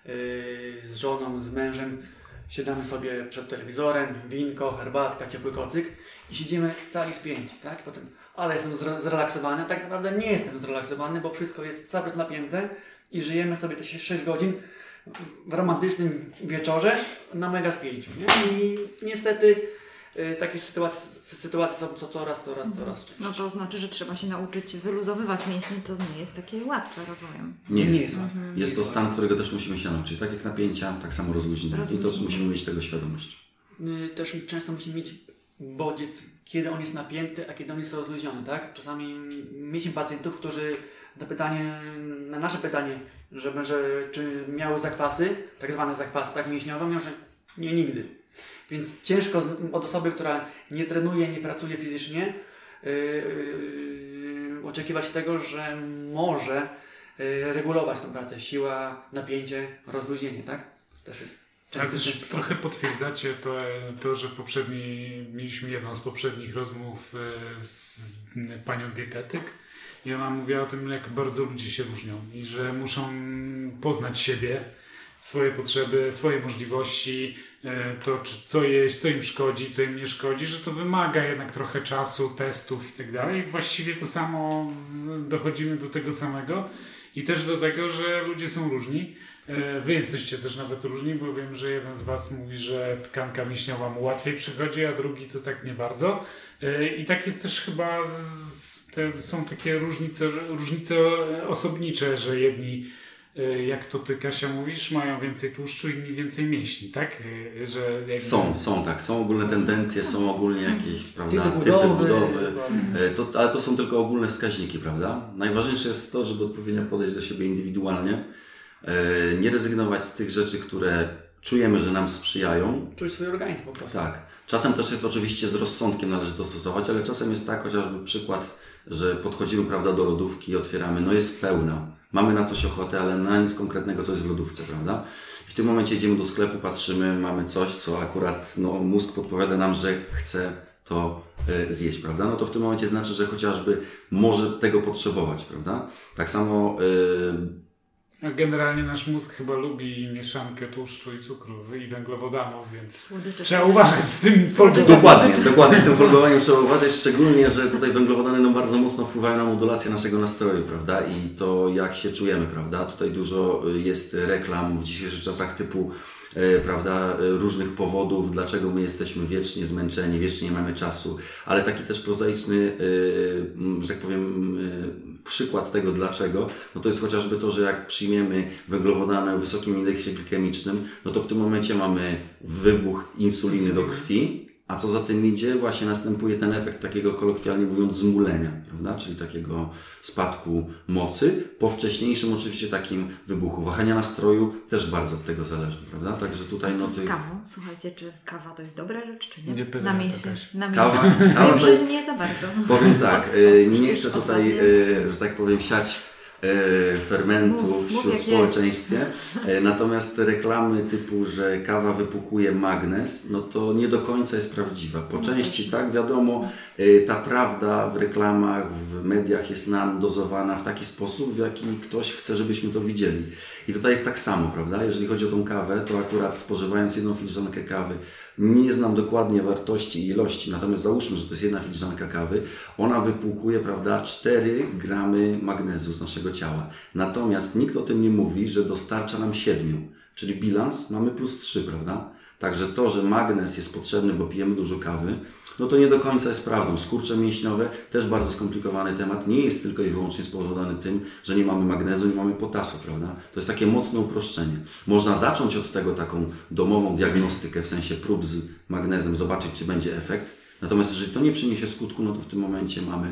Speaker 3: z żoną, z mężem, siadamy sobie przed telewizorem, winko, herbatka, ciepły kocyk i siedzimy cali spięci, tak? Potem, ale jestem zrelaksowany, tak naprawdę nie jestem zrelaksowany, bo wszystko jest cały czas napięte i żyjemy sobie te 6 godzin w romantycznym wieczorze na mega spięciu, nie? I niestety takie sytuacje są coraz częściej.
Speaker 1: No to znaczy, że trzeba się nauczyć wyluzowywać mięśnie, to nie jest takie łatwe, rozumiem.
Speaker 4: Nie jest łatwe. Jest to stan, którego też musimy się nauczyć. Tak jak napięcia, tak samo rozluźnienia. I to musimy mieć tego świadomość.
Speaker 3: Też często musimy mieć bodziec, kiedy on jest napięty, a kiedy on jest rozluźniony, tak? Czasami mieliśmy pacjentów, którzy Na nasze pytanie, czy miały zakwasy, tak zwane zakwasy, tak, mięśniowe, mówią, że nie, nigdy. Więc ciężko od osoby, która nie trenuje, nie pracuje fizycznie, oczekiwać tego, że może regulować tą pracę. Siła, napięcie, rozluźnienie, tak? Też jest
Speaker 2: ale też trochę potwierdzacie to, że mieliśmy jedną z poprzednich rozmów z panią dietetyk i ona mówiła o tym, jak bardzo ludzie się różnią i że muszą poznać siebie, swoje potrzeby, swoje możliwości, to co jeść, co im szkodzi, co im nie szkodzi, że to wymaga jednak trochę czasu, testów i tak dalej. Właściwie to samo, dochodzimy do tego samego i też do tego, że ludzie są różni. Wy jesteście też nawet różni, bo wiem, że jeden z was mówi, że tkanka mięśniowa mu łatwiej przychodzi, a drugi to tak nie bardzo. I tak jest też chyba, są takie różnice osobnicze, że jedni, jak to ty, Kasia, mówisz, mają więcej tłuszczu, inni więcej mięśni, tak? Że jakby...
Speaker 4: Są ogólne tendencje, są ogólnie jakieś, prawda, typy budowy, ale to są tylko ogólne wskaźniki, prawda? Najważniejsze jest to, żeby odpowiednio podejść do siebie indywidualnie, nie rezygnować z tych rzeczy, które czujemy, że nam sprzyjają.
Speaker 3: Czuć swój organizm po prostu.
Speaker 4: Tak. Czasem też jest oczywiście z rozsądkiem należy dostosować, ale czasem jest tak, chociażby przykład, że podchodzimy, prawda, do lodówki i otwieramy, no jest pełna. Mamy na coś ochotę, ale na nic konkretnego, co jest w lodówce, prawda? W tym momencie idziemy do sklepu, patrzymy, mamy coś, co akurat mózg podpowiada nam, że chce to zjeść, prawda? No to w tym momencie znaczy, że chociażby może tego potrzebować, prawda? Tak samo...
Speaker 2: Generalnie nasz mózg chyba lubi mieszankę tłuszczu i cukru i węglowodanów, więc
Speaker 1: Słodycze
Speaker 2: trzeba uważać z tym.
Speaker 4: Dokładnie, z tym folgowaniem trzeba uważać, szczególnie, że tutaj węglowodany bardzo mocno wpływają na modulację naszego nastroju, prawda? I to jak się czujemy, prawda? Tutaj dużo jest reklam w dzisiejszych czasach typu, prawda, różnych powodów, dlaczego my jesteśmy wiecznie zmęczeni, wiecznie nie mamy czasu, ale taki też prozaiczny, że tak powiem, przykład tego dlaczego, no to jest chociażby to, że jak przyjmiemy węglowodany o wysokim indeksie glikemicznym, no to w tym momencie mamy wybuch insuliny do krwi, a co za tym idzie, właśnie następuje ten efekt takiego, kolokwialnie mówiąc, zmulenia, prawda? Czyli takiego spadku mocy. Po wcześniejszym oczywiście takim wybuchu. Wahania nastroju też bardzo od tego zależą, prawda? Także tutaj...
Speaker 1: A co z kawą? Słuchajcie, czy kawa to jest dobra rzecz, czy nie?
Speaker 2: Nie
Speaker 1: Na
Speaker 2: miesiąc.
Speaker 4: Kawa
Speaker 1: Wiem,
Speaker 4: to jest...
Speaker 1: że nie za bardzo.
Speaker 4: Powiem tak, nie chcę tutaj, że tak powiem, siać fermentu wśród społeczeństwie. Natomiast reklamy typu, że kawa wypukuje magnez, no to nie do końca jest prawdziwa. Po części tak, wiadomo, ta prawda w reklamach, w mediach jest nam dozowana w taki sposób, w jaki ktoś chce, żebyśmy to widzieli. I tutaj jest tak samo, prawda? Jeżeli chodzi o tą kawę, to akurat spożywając jedną filiżankę kawy, nie znam dokładnie wartości i ilości, natomiast załóżmy, że to jest jedna filiżanka kawy, ona wypłukuje, prawda, 4 gramy magnezu z naszego ciała. Natomiast nikt o tym nie mówi, że dostarcza nam 7, czyli bilans mamy +3, prawda? Także to, że magnez jest potrzebny, bo pijemy dużo kawy, no to nie do końca jest prawdą. Skurcze mięśniowe, też bardzo skomplikowany temat, nie jest tylko i wyłącznie spowodowany tym, że nie mamy magnezu, nie mamy potasu, prawda? To jest takie mocne uproszczenie. Można zacząć od tego taką domową diagnostykę, w sensie prób z magnezem, zobaczyć, czy będzie efekt. Natomiast jeżeli to nie przyniesie skutku, no to w tym momencie mamy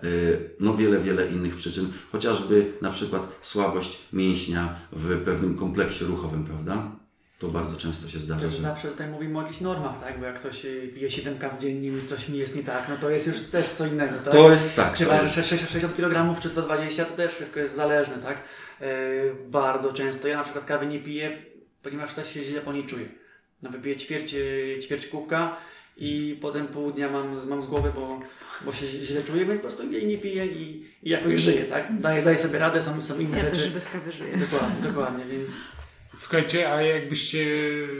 Speaker 4: wiele innych przyczyn. Chociażby na przykład słabość mięśnia w pewnym kompleksie ruchowym, prawda? To bardzo często się zdarza.
Speaker 3: Też zawsze tutaj mówimy o jakichś normach, tak? Bo jak ktoś pije 7 kaw dziennie i coś mi jest nie tak, no to jest już też co innego, tak?
Speaker 4: To jest tak.
Speaker 3: Czy waży 60 kg czy 120, to też wszystko jest zależne, tak? Bardzo często ja na przykład kawy nie piję, ponieważ też się źle po niej czuję. No wypiję ćwierć kubka i potem pół dnia mam z głowy, bo się źle czuję, więc po prostu jej nie piję i jakoś żyję, tak? Daję sobie radę, są inne rzeczy.
Speaker 1: Ja też bez kawy żyję.
Speaker 3: Dokładnie, więc...
Speaker 2: Słuchajcie, a jakbyście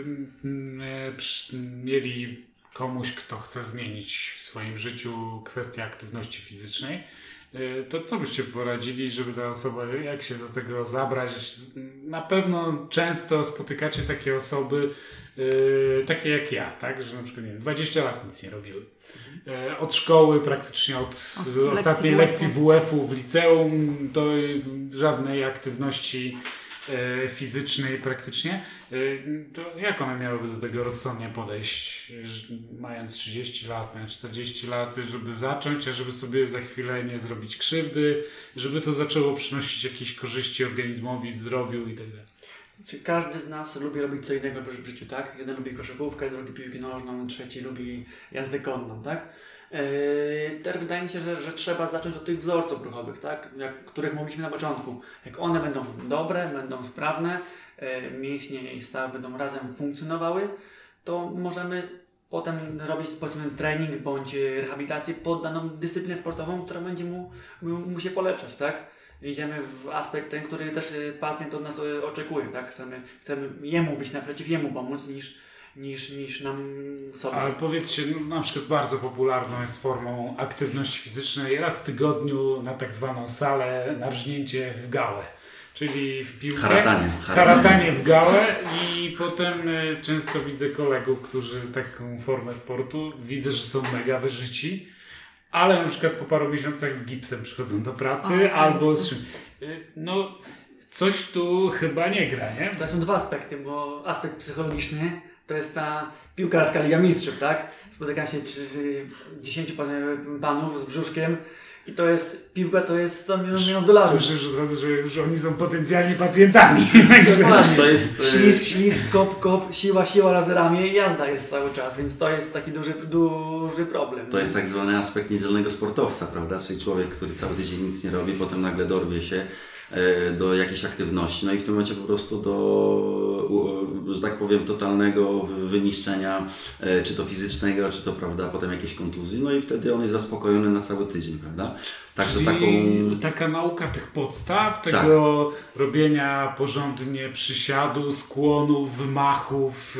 Speaker 2: mieli komuś, kto chce zmienić w swoim życiu kwestię aktywności fizycznej, to co byście poradzili, żeby ta osoba, jak się do tego zabrać? Na pewno często spotykacie takie osoby, takie jak ja, tak? Że na przykład 20 lat nic nie robiły. Od szkoły, praktycznie od ostatniej lekcji WF-u w liceum, do żadnej aktywności fizycznej praktycznie, to jak one miałyby do tego rozsądnie podejść, mając 30 lat, mając 40 lat, żeby zacząć, a żeby sobie za chwilę nie zrobić krzywdy, żeby to zaczęło przynosić jakieś korzyści organizmowi, zdrowiu i tak dalej.
Speaker 3: Każdy z nas lubi robić co innego w życiu, tak? Jeden lubi koszykówkę, drugi piłkę nożną, trzeci lubi jazdę konną, tak? Też wydaje mi się, że trzeba zacząć od tych wzorców ruchowych, tak? Których mówiliśmy na początku. Jak one będą dobre, będą sprawne, mięśnie i stawy będą razem funkcjonowały, to możemy potem robić, powiedzmy, trening bądź rehabilitację pod daną dyscyplinę sportową, która będzie mu się polepszać, tak? Idziemy w aspekt ten, który też pacjent od nas oczekuje, tak? Chcemy jemu wyjść naprzeciw, jemu pomóc, niż nam sobie.
Speaker 2: Ale powiedzcie, na przykład bardzo popularną jest formą aktywności fizycznej raz w tygodniu na tak zwaną salę na rżnięcie w gałę. Czyli w piłkę, haratanie w gałę i potem często widzę kolegów, którzy taką formę sportu, widzę, że są mega wyżyci, ale na przykład po paru miesiącach z gipsem przychodzą do pracy albo z czym. No, coś tu chyba nie gra, nie?
Speaker 3: To są dwa aspekty, bo aspekt psychologiczny to jest ta piłkarska Liga Mistrzów, tak? Spotykam się 10 panów z brzuszkiem i to jest, piłka to jest 100 milionów dolarów.
Speaker 2: Słyszę już od razu, że już oni są potencjalnie pacjentami.
Speaker 4: To jest
Speaker 3: ślizg, kop, siła razy ramię i jazda jest cały czas, więc to jest taki duży problem.
Speaker 4: To jest tak zwany aspekt niedzielnego sportowca, prawda? Czyli człowiek, który cały tydzień nic nie robi, potem nagle dorwie się do jakiejś aktywności, no i w tym momencie po prostu do, że tak powiem, totalnego wyniszczenia, czy to fizycznego, czy to, prawda, potem jakiejś kontuzji, no i wtedy on jest zaspokojony na cały tydzień, prawda?
Speaker 2: Także taka nauka tych podstaw, tego robienia porządnie przysiadu, skłonów, wymachów,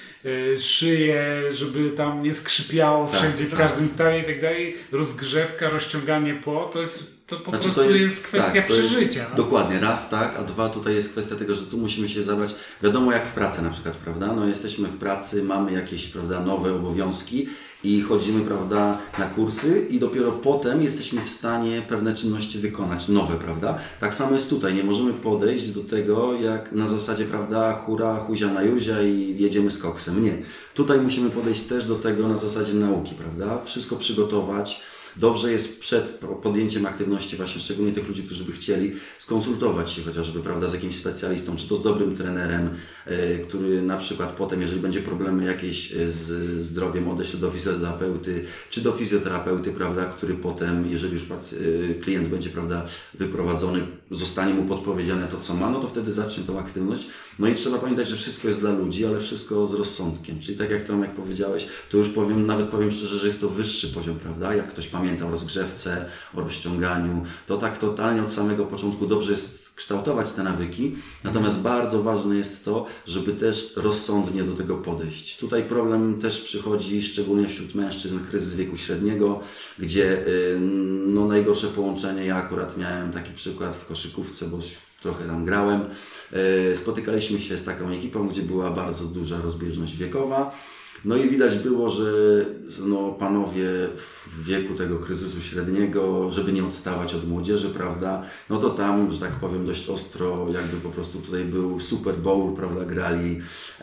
Speaker 2: szyję, żeby tam nie skrzypiało wszędzie, w każdym stanie i tak dalej, rozgrzewka, rozciąganie to po prostu jest kwestia przeżycia.
Speaker 4: No? Dokładnie, raz tak, a dwa tutaj jest kwestia tego, że tu musimy się zabrać, wiadomo jak w pracy na przykład, prawda, no jesteśmy w pracy, mamy jakieś, prawda, nowe obowiązki i chodzimy, prawda, na kursy i dopiero potem jesteśmy w stanie pewne czynności wykonać, nowe, prawda. Tak samo jest tutaj, nie możemy podejść do tego jak na zasadzie, prawda, hura, huzia na juzia i jedziemy z koksem. Nie. Tutaj musimy podejść też do tego na zasadzie nauki, prawda, wszystko przygotować. Dobrze jest przed podjęciem aktywności właśnie, szczególnie tych ludzi, którzy by chcieli skonsultować się chociażby, prawda, z jakimś specjalistą, czy to z dobrym trenerem, który na przykład potem, jeżeli będzie problemy jakieś z zdrowiem, odeśle do fizjoterapeuty, czy do fizjoterapeuty, prawda, który potem, jeżeli już klient będzie, prawda, wyprowadzony, zostanie mu podpowiedziane to, co ma, no to wtedy zacznie tą aktywność. No i trzeba pamiętać, że wszystko jest dla ludzi, ale wszystko z rozsądkiem. Czyli tak jak Tomek powiedziałeś, to już nawet powiem szczerze, że jest to wyższy poziom, prawda? Jak ktoś pamięta o rozgrzewce, o rozciąganiu, to tak totalnie od samego początku dobrze jest kształtować te nawyki. Natomiast bardzo ważne jest to, żeby też rozsądnie do tego podejść. Tutaj problem też przychodzi szczególnie wśród mężczyzn, kryzys wieku średniego, gdzie no, najgorsze połączenie, ja akurat miałem taki przykład w koszykówce, bo trochę tam grałem. Spotykaliśmy się z taką ekipą, gdzie była bardzo duża rozbieżność wiekowa. No i widać było, że no, panowie w wieku tego kryzysu średniego, żeby nie odstawać od młodzieży, prawda, no to tam, że tak powiem, dość ostro, jakby po prostu tutaj był Super Bowl, prawda, grali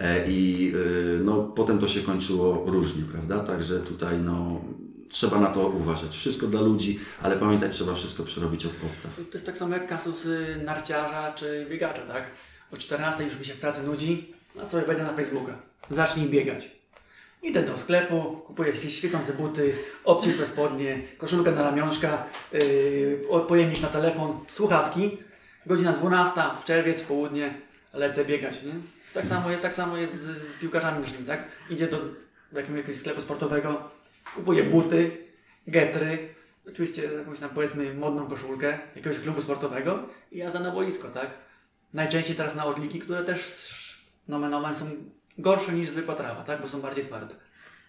Speaker 4: i no, potem to się kończyło różnie, prawda, także tutaj no, trzeba na to uważać. Wszystko dla ludzi, ale pamiętać, trzeba wszystko przerobić od podstaw.
Speaker 3: To jest tak samo jak kasus narciarza czy biegacza, tak? O 14 już mi się w pracy nudzi, a sobie wejdę na Facebooka. Zacznij biegać. Idę do sklepu, kupuję świecące buty, obcisłe spodnie, koszulkę na ramionczka, pojemnik na telefon, słuchawki. Godzina 12, w czerwiec, południe, lecę biegać, nie? Tak samo jest z piłkarzami nożnymi, tak? Idzie do jakiegoś sklepu sportowego, kupuje buty, getry, oczywiście jakąś tam, powiedzmy, modną koszulkę jakiegoś klubu sportowego i jazda na boisko, tak? Najczęściej teraz na odliki, które też nomen omen są gorsze niż zwykła trawa, tak? Bo są bardziej twarde.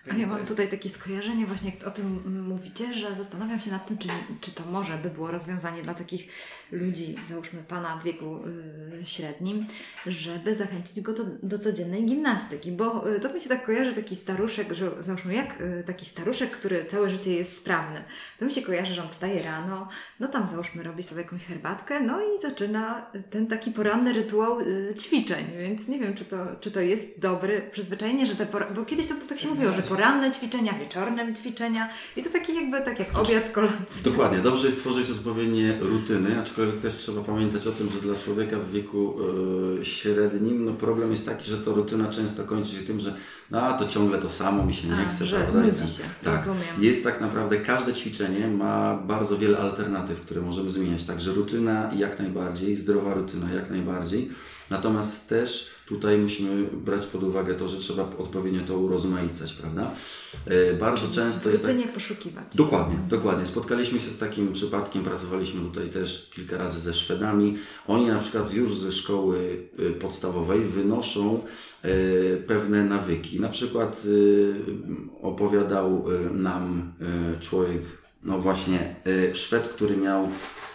Speaker 1: A ja mam tutaj takie skojarzenie właśnie, jak o tym mówicie, że zastanawiam się nad tym, czy to może by było rozwiązanie dla takich ludzi, załóżmy pana w wieku średnim, żeby zachęcić go do codziennej gimnastyki, bo to mi się tak kojarzy taki staruszek, że załóżmy jak taki staruszek, który całe życie jest sprawny, to mi się kojarzy, że on wstaje rano, no tam załóżmy robi sobie jakąś herbatkę, no i zaczyna ten taki poranny rytuał ćwiczeń, więc nie wiem, czy to jest dobre przyzwyczajenie, że bo kiedyś to tak się mówiło, że poranne ćwiczenia, wieczorne ćwiczenia i to taki jakby tak jak obiad, kolacja.
Speaker 4: Dokładnie, dobrze jest tworzyć odpowiednie rutyny, aczkolwiek też trzeba pamiętać o tym, że dla człowieka w wieku średnim no problem jest taki, że ta rutyna często kończy się tym, że to ciągle to samo, mi się nie chce,
Speaker 1: że
Speaker 4: prawda?
Speaker 1: nudzi się,
Speaker 4: tak.
Speaker 1: Rozumiem.
Speaker 4: Jest tak naprawdę, każde ćwiczenie ma bardzo wiele alternatyw, które możemy zmieniać, także rutyna jak najbardziej, zdrowa rutyna jak najbardziej, natomiast też tutaj musimy brać pod uwagę to, że trzeba odpowiednio to urozmaicać, prawda? Bardzo
Speaker 1: czyli
Speaker 4: często jest tak...
Speaker 1: poszukiwać.
Speaker 4: Dokładnie. Spotkaliśmy się z takim przypadkiem, pracowaliśmy tutaj też kilka razy ze Szwedami. Oni na przykład już ze szkoły podstawowej wynoszą pewne nawyki. Na przykład opowiadał nam człowiek, no właśnie Szwed, który miał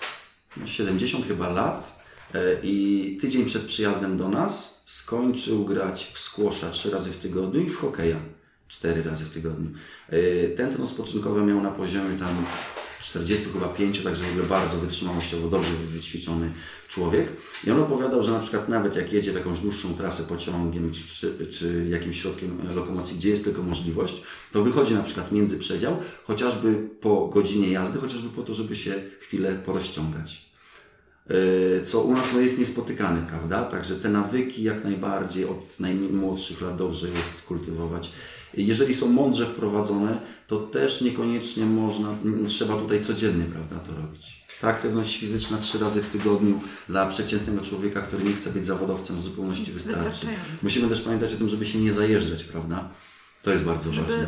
Speaker 4: 70 chyba lat i tydzień przed przyjazdem do nas skończył grać w squasha 3 razy w tygodniu i w hokeja 4 razy w tygodniu. Tętno spoczynkowe miał na poziomie tam 45, także w ogóle bardzo wytrzymałościowo, dobrze wyćwiczony człowiek. I on opowiadał, że na przykład nawet jak jedzie w jakąś dłuższą trasę pociągiem czy jakimś środkiem lokomocji, gdzie jest tylko możliwość, to wychodzi na przykład między przedział, chociażby po godzinie jazdy, chociażby po to, żeby się chwilę porozciągać. Co u nas jest niespotykane, prawda? Także te nawyki jak najbardziej od najmłodszych lat dobrze jest kultywować. Jeżeli są mądrze wprowadzone, to też niekoniecznie trzeba tutaj codziennie, prawda, to robić. Ta aktywność fizyczna 3 razy w tygodniu dla przeciętnego człowieka, który nie chce być zawodowcem, w zupełności wystarczy. Musimy też pamiętać o tym, żeby się nie zajeżdżać, prawda? To jest bardzo ważne.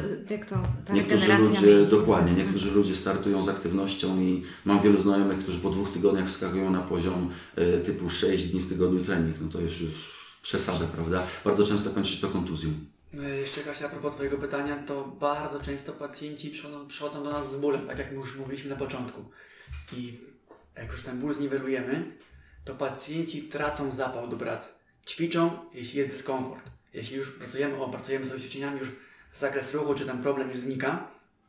Speaker 4: Niektórzy ludzie startują z aktywnością i mam wielu znajomych, którzy po 2 tygodniach wskakują na poziom typu 6 dni w tygodniu trening. No to już przesada, prawda? Bardzo często kończy się to kontuzją.
Speaker 3: Jeszcze Kasia, a propos Twojego pytania, to bardzo często pacjenci przychodzą do nas z bólem, tak jak już mówiliśmy na początku. I jak już ten ból zniwelujemy, to pacjenci tracą zapał do pracy. Ćwiczą, jeśli jest dyskomfort. Jeśli już pracujemy sobie ćwiczeniami, już zakres ruchu, czy ten problem już znika,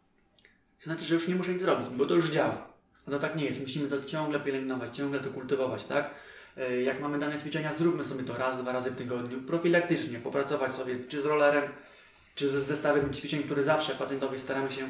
Speaker 3: to znaczy, że już nie muszę nic zrobić, bo to już działa. No to tak nie jest. Musimy to ciągle pielęgnować, ciągle to kultywować, tak? Jak mamy dane ćwiczenia, zróbmy sobie to 1-2 razy w tygodniu, profilaktycznie, popracować sobie czy z rollerem, czy z zestawem ćwiczeń, które zawsze pacjentowi staramy się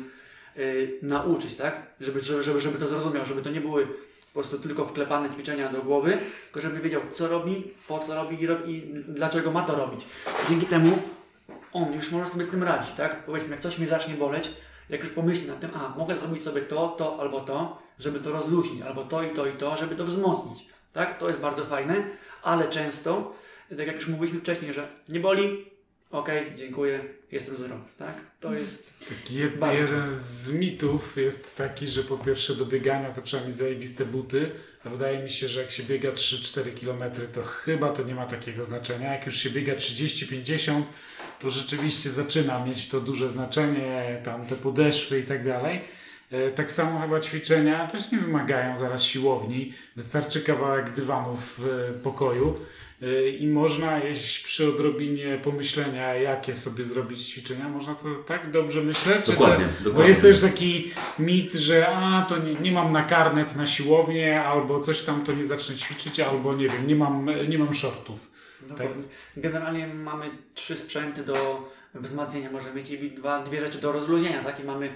Speaker 3: nauczyć, tak? Żeby to zrozumiał, żeby to nie były po prostu tylko wklepane ćwiczenia do głowy, tylko żeby wiedział, co robi, po co robi i dlaczego ma to robić. Dzięki temu on już może sobie z tym radzić, tak? Powiedzmy, jak coś mnie zacznie boleć, jak już pomyśli nad tym, mogę zrobić sobie to albo to, żeby to rozluźnić, albo to i to, żeby to wzmocnić, tak? To jest bardzo fajne, ale często, tak jak już mówiliśmy wcześniej, że nie boli, dziękuję, jestem zdrowy, tak? To jest
Speaker 2: taki jeden z mitów jest taki, że po pierwsze do biegania to trzeba mieć zajebiste buty. To wydaje mi się, że jak się biega 3-4 km, to chyba to nie ma takiego znaczenia. Jak już się biega 30-50, to rzeczywiście zaczyna mieć to duże znaczenie, tam te podeszwy i tak dalej. Tak samo chyba ćwiczenia też nie wymagają zaraz siłowni. Wystarczy kawałek dywanu w pokoju i można, jeśli przy odrobinie pomyślenia, jakie sobie zrobić ćwiczenia, można to tak dobrze myśleć.
Speaker 4: Dokładnie.
Speaker 2: Bo jest też taki mit, że to nie mam na karnet na siłownię, albo coś tam, to nie zacznę ćwiczyć, albo nie wiem, nie mam shortów.
Speaker 3: Tak. Generalnie mamy 3 sprzęty do wzmacniania, możemy mieć i 2 rzeczy do rozluźnienia, tak? I mamy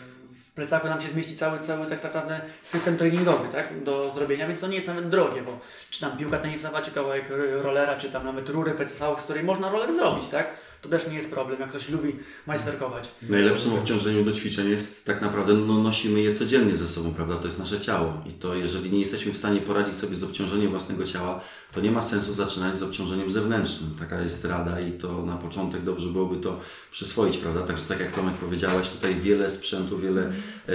Speaker 3: w plecaku nam się zmieści cały tak naprawdę system treningowy, tak? Do zrobienia, więc to nie jest nawet drogie, bo czy tam piłka tenisowa, czy kawałek rollera, czy tam nawet rury PCV, z której można roller zrobić, tak? To też nie jest problem, jak ktoś lubi majsterkować.
Speaker 4: Najlepszym obciążeniem do ćwiczeń jest tak naprawdę, nosimy je codziennie ze sobą, prawda? To jest nasze ciało i to jeżeli nie jesteśmy w stanie poradzić sobie z obciążeniem własnego ciała, to nie ma sensu zaczynać z obciążeniem zewnętrznym. Taka jest rada i to na początek dobrze byłoby to przyswoić, prawda? Także tak jak Tomek powiedziałaś, tutaj wiele sprzętu, wiele,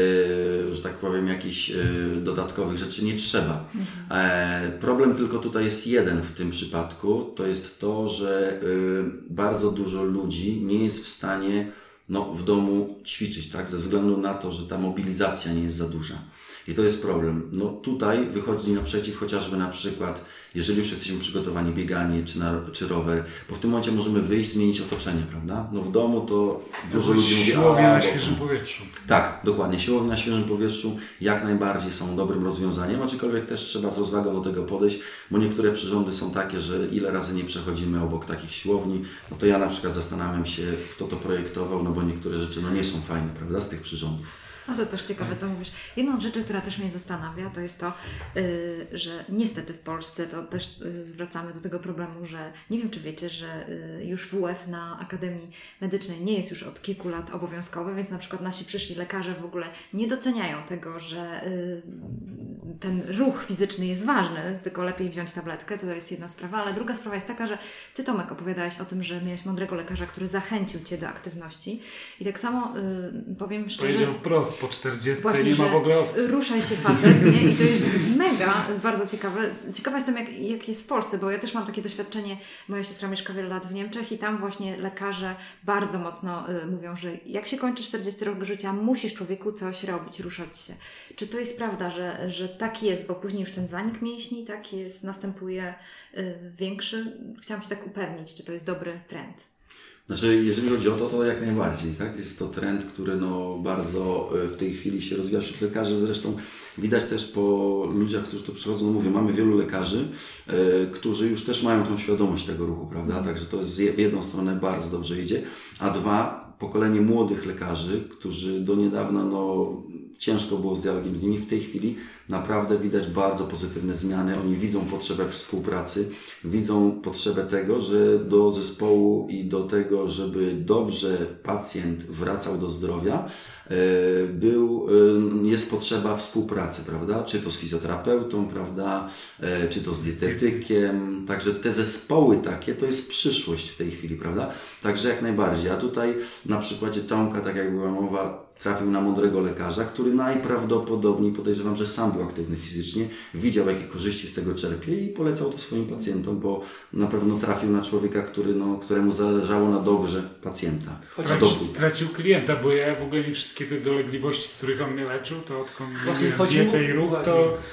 Speaker 4: że tak powiem, jakichś dodatkowych rzeczy nie trzeba. Problem tylko tutaj jest jeden w tym przypadku, to jest to, że bardzo dużo ludzi nie jest w stanie w domu ćwiczyć, tak? Ze względu na to, że ta mobilizacja nie jest za duża. I to jest problem. Tutaj wychodzi naprzeciw chociażby na przykład, jeżeli już jesteśmy przygotowani, bieganie czy rower, bo w tym momencie możemy wyjść, zmienić otoczenie, prawda? W domu to dużo ludzi mówi...
Speaker 2: Siłownia na świeżym powietrzu.
Speaker 4: Tak, dokładnie. Siłownia na świeżym powietrzu jak najbardziej są dobrym rozwiązaniem, aczkolwiek też trzeba z rozwagą do tego podejść, bo niektóre przyrządy są takie, że ile razy nie przechodzimy obok takich siłowni, to ja na przykład zastanawiam się, kto to projektował, bo niektóre rzeczy nie są fajne, prawda, z tych przyrządów.
Speaker 1: No to też ciekawe, co mówisz. Jedną z rzeczy, która też mnie zastanawia, to jest to, że niestety w Polsce to też zwracamy do tego problemu, że nie wiem, czy wiecie, że już WF na Akademii Medycznej nie jest już od kilku lat obowiązkowy, więc na przykład nasi przyszli lekarze w ogóle nie doceniają tego, że ten ruch fizyczny jest ważny, tylko lepiej wziąć tabletkę, to jest jedna sprawa, ale druga sprawa jest taka, że Ty, Tomek, opowiadałeś o tym, że miałeś mądrego lekarza, który zachęcił Cię do aktywności i tak samo powiem szczerze...
Speaker 2: Powiedział wprost, po 40
Speaker 1: właśnie,
Speaker 2: nie ma w ogóle opcji.
Speaker 1: Ruszaj się facet, nie? I to jest mega, bardzo ciekawe. Ciekawa jestem, jak jest w Polsce, bo ja też mam takie doświadczenie, moja siostra mieszka wiele lat w Niemczech i tam właśnie lekarze bardzo mocno mówią, że jak się kończy 40 rok życia, musisz, człowieku, coś robić, ruszać się. Czy to jest prawda, że tak jest, bo później już ten zanik mięśni tak jest, następuje większy? Chciałam się tak upewnić, czy to jest dobry trend.
Speaker 4: Znaczy, jeżeli chodzi o to jak najbardziej, tak? Jest to trend, który bardzo w tej chwili się rozwija wśród lekarzy. Zresztą widać też po ludziach, którzy tu przychodzą, mówię, mamy wielu lekarzy, którzy już też mają tą świadomość tego ruchu, prawda? Także to jest w jedną stronę bardzo dobrze idzie, a dwa, pokolenie młodych lekarzy, którzy do niedawna ciężko było z dialogiem z nimi, w tej chwili naprawdę widać bardzo pozytywne zmiany. Oni widzą potrzebę współpracy, widzą potrzebę tego, że do zespołu i do tego, żeby dobrze pacjent wracał do zdrowia, jest potrzeba współpracy, prawda? Czy to z fizjoterapeutą, prawda? Czy to z dietetykiem. Także te zespoły takie to jest przyszłość w tej chwili, prawda? Także jak najbardziej. A tutaj na przykładzie Tomka, tak jak była mowa, trafił na mądrego lekarza, który najprawdopodobniej, podejrzewam, że sam był aktywny fizycznie, widział, jakie korzyści z tego czerpie i polecał to swoim pacjentom, bo na pewno trafił na człowieka, któremu zależało na dobrze pacjenta.
Speaker 2: Stracił klienta, bo ja w ogóle nie wszystkie te dolegliwości, z których on mnie leczył, to odkąd zmieniłem dietę i ruch,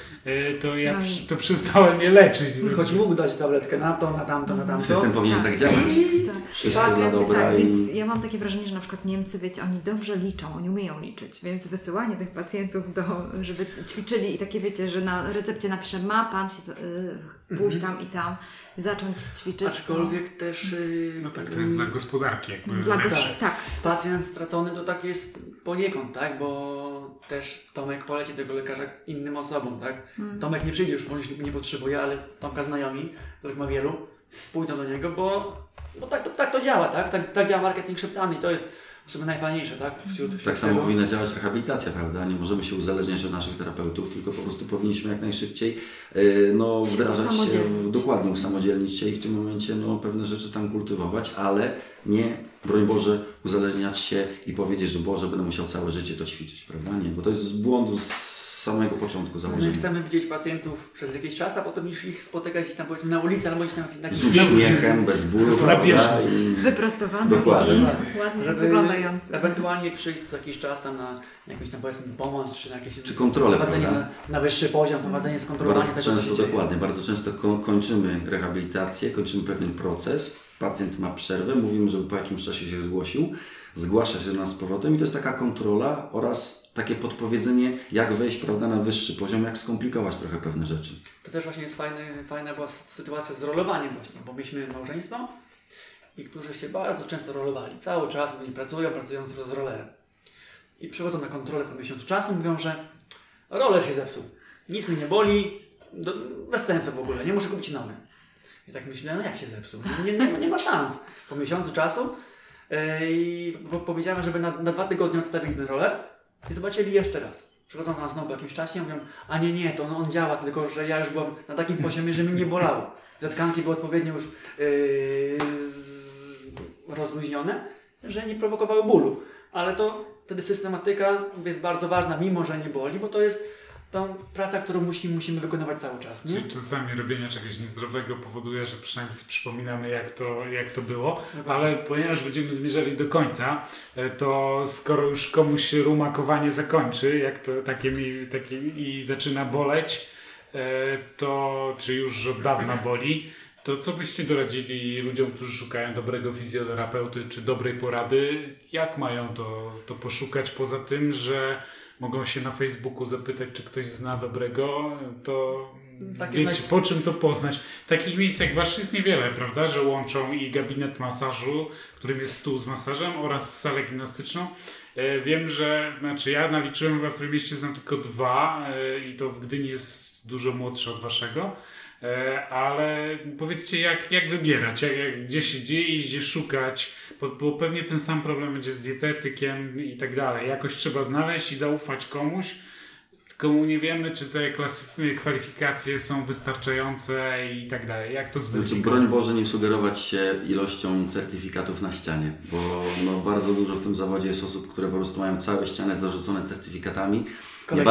Speaker 2: to przestałem je leczyć.
Speaker 3: Choć mógł dać tabletkę na to, na tamto, na tamto.
Speaker 4: System powinien tak działać.
Speaker 1: Tak.
Speaker 4: Wszystko dla dobra.
Speaker 1: Tak, więc ja mam takie wrażenie, że na przykład Niemcy, wiecie, oni dobrze liczą, oni umieją liczyć, więc wysyłanie tych pacjentów żeby ćwiczyli i takie, wiecie, że na recepcie napisze, ma pan się pójść tam i tam, zacząć ćwiczyć.
Speaker 3: Aczkolwiek też...
Speaker 2: tak, to jest dla gospodarki.
Speaker 1: Tak.
Speaker 3: Pacjent stracony to tak jest poniekąd, tak? Bo też Tomek poleci tego lekarza innym osobom, tak? Tomek nie przyjdzie już, bo nie potrzebuje, ale Tomka znajomi, których ma wielu, pójdą do niego, bo tak to działa, tak? Tak działa marketing szeptany i to jest sobie najfajniejsze, tak? Wśród
Speaker 4: tak samo powinna działać rehabilitacja, prawda? Nie możemy się uzależniać od naszych terapeutów, tylko po prostu powinniśmy jak najszybciej wdrażać się, dokładnie usamodzielnić się i w tym momencie pewne rzeczy tam kultywować, ale nie, broń Boże, uzależniać się i powiedzieć, że Boże, będę musiał całe życie to ćwiczyć, prawda? Nie, bo to jest z błędu z samego początku założenia.
Speaker 3: My chcemy widzieć pacjentów przez jakiś czas, a potem już ich spotykać gdzieś tam, powiedzmy, na ulicy albo gdzieś tam
Speaker 4: z uśmiechem, bez bólu, prawda?
Speaker 1: Wyprostowany
Speaker 4: dokładnie.
Speaker 1: i ładnie wyglądający.
Speaker 3: Ewentualnie przyjść co jakiś czas tam na jakąś tam, powiedzmy, pomoc, czy na jakieś...
Speaker 4: Czy kontrolę,
Speaker 3: prowadzenie
Speaker 4: prawda?
Speaker 3: na wyższy poziom, prowadzenie skontrolowania tego, co się dzieje.
Speaker 4: Dokładnie, bardzo często kończymy rehabilitację, kończymy pewien proces, pacjent ma przerwę, mówimy, żeby po jakimś czasie się zgłosił, zgłasza się do nas z powrotem i to jest taka kontrola oraz takie podpowiedzenie, jak wejść, prawda, na wyższy poziom, jak skomplikować trochę pewne rzeczy.
Speaker 3: To też właśnie jest fajna była sytuacja z rolowaniem właśnie, bo mieliśmy małżeństwo i którzy się bardzo często rolowali. Cały czas oni pracują z rolerem. I przychodzą na kontrolę po miesiącu czasu, mówią, że roller się zepsuł. Nic mi nie boli, bez sensu w ogóle, nie muszę kupić nowy. I tak myślę, jak się zepsuł? Nie ma szans. Po miesiącu czasu i powiedziałem, żeby na 2 tygodnie odstawili ten roller i zobaczyli jeszcze raz. Przychodzą do nas znowu po jakimś czasie i mówią, a nie, to on działa, tylko że ja już byłem na takim poziomie, że mi nie bolało. Że tkanki były odpowiednio już rozluźnione, że nie prowokowały bólu. Ale to wtedy systematyka jest bardzo ważna, mimo że nie boli, bo to jest to praca, którą musimy wykonywać cały czas. Nie?
Speaker 2: Czyli czasami robienie czegoś niezdrowego powoduje, że przynajmniej sobie przypominamy jak to było, ale ponieważ będziemy zmierzali do końca, to skoro już komuś się rumakowanie zakończy, jak to takie i zaczyna boleć, to czy już od dawna boli, to co byście doradzili ludziom, którzy szukają dobrego fizjoterapeuty czy dobrej porady? Jak mają to poszukać poza tym, że mogą się na Facebooku zapytać, czy ktoś zna dobrego, to wiecie, po czym to poznać. Takich miejsc jak wasz jest niewiele, prawda, że łączą i gabinet masażu, w którym jest stół z masażem oraz salę gimnastyczną. Wiem, że, ja naliczyłem chyba w tym mieście znam tylko 2 i to w Gdyni jest dużo młodsze od waszego. Ale powiedzcie, jak wybierać, gdzie iść, gdzie szukać, bo pewnie ten sam problem będzie z dietetykiem i tak dalej. Jakoś trzeba znaleźć i zaufać komuś, komu nie wiemy, czy te kwalifikacje są wystarczające i tak dalej. Jak to zweryfikować?
Speaker 4: Broń Boże nie sugerować się ilością certyfikatów na ścianie, bo bardzo dużo w tym zawodzie jest osób, które po prostu mają całe ściany zarzucone certyfikatami. Nie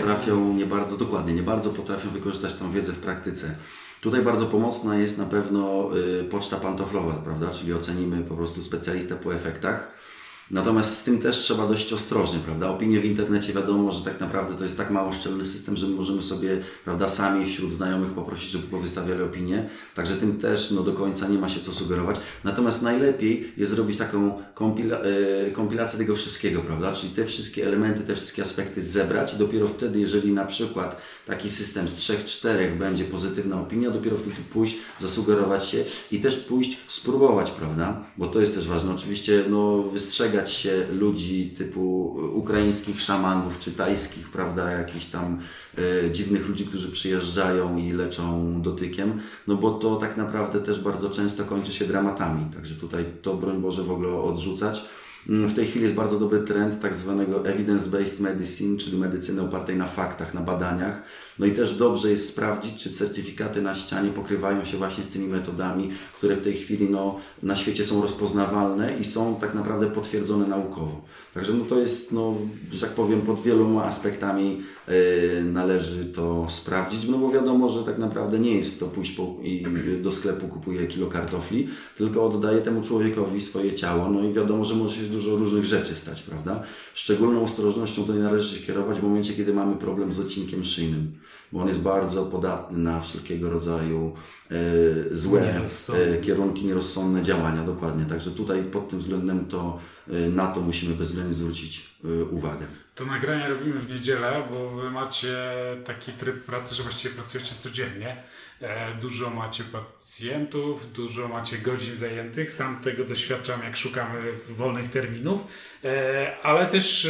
Speaker 4: bardzo potrafią wykorzystać tą wiedzę w praktyce. Tutaj bardzo pomocna jest na pewno poczta pantoflowa, prawda? Czyli ocenimy po prostu specjalistę po efektach. Natomiast z tym też trzeba dość ostrożnie, prawda? Opinie w internecie wiadomo, że tak naprawdę to jest tak mało szczelny system, że my możemy sobie, prawda, sami wśród znajomych poprosić, żeby powystawiali opinie. Także tym też do końca nie ma się co sugerować. Natomiast najlepiej jest zrobić taką kompilację tego wszystkiego, prawda? Czyli te wszystkie elementy, te wszystkie aspekty zebrać i dopiero wtedy, jeżeli na przykład taki system z 3-4 będzie pozytywna opinia, dopiero wtedy pójść, zasugerować się i też pójść, spróbować, prawda? Bo to jest też ważne. Oczywiście, wystrzegać się ludzi typu ukraińskich szamanów czy tajskich, prawda, jakichś tam dziwnych ludzi, którzy przyjeżdżają i leczą dotykiem, bo to tak naprawdę też bardzo często kończy się dramatami. Także tutaj to broń Boże w ogóle odrzucać. W tej chwili jest bardzo dobry trend tak zwanego evidence-based medicine, czyli medycyny opartej na faktach, na badaniach. I też dobrze jest sprawdzić, czy certyfikaty na ścianie pokrywają się właśnie z tymi metodami, które w tej chwili na świecie są rozpoznawalne i są tak naprawdę potwierdzone naukowo. Także to jest, że tak powiem, pod wieloma aspektami należy to sprawdzić, bo wiadomo, że tak naprawdę nie jest to pójść i do sklepu kupuje kilo kartofli, tylko oddaje temu człowiekowi swoje ciało, i wiadomo, że może się dużo różnych rzeczy stać, prawda? Szczególną ostrożnością tutaj należy się kierować w momencie, kiedy mamy problem z odcinkiem szyjnym, bo on jest bardzo podatny na wszelkiego rodzaju złe kierunki, nierozsądne działania, dokładnie. Także tutaj pod tym względem na to musimy bezwzględnie zwrócić uwagę.
Speaker 2: To nagranie robimy w niedzielę, bo wy macie taki tryb pracy, że właściwie pracujecie codziennie. Dużo macie pacjentów, dużo macie godzin zajętych. Sam tego doświadczam, jak szukamy wolnych terminów. Ale też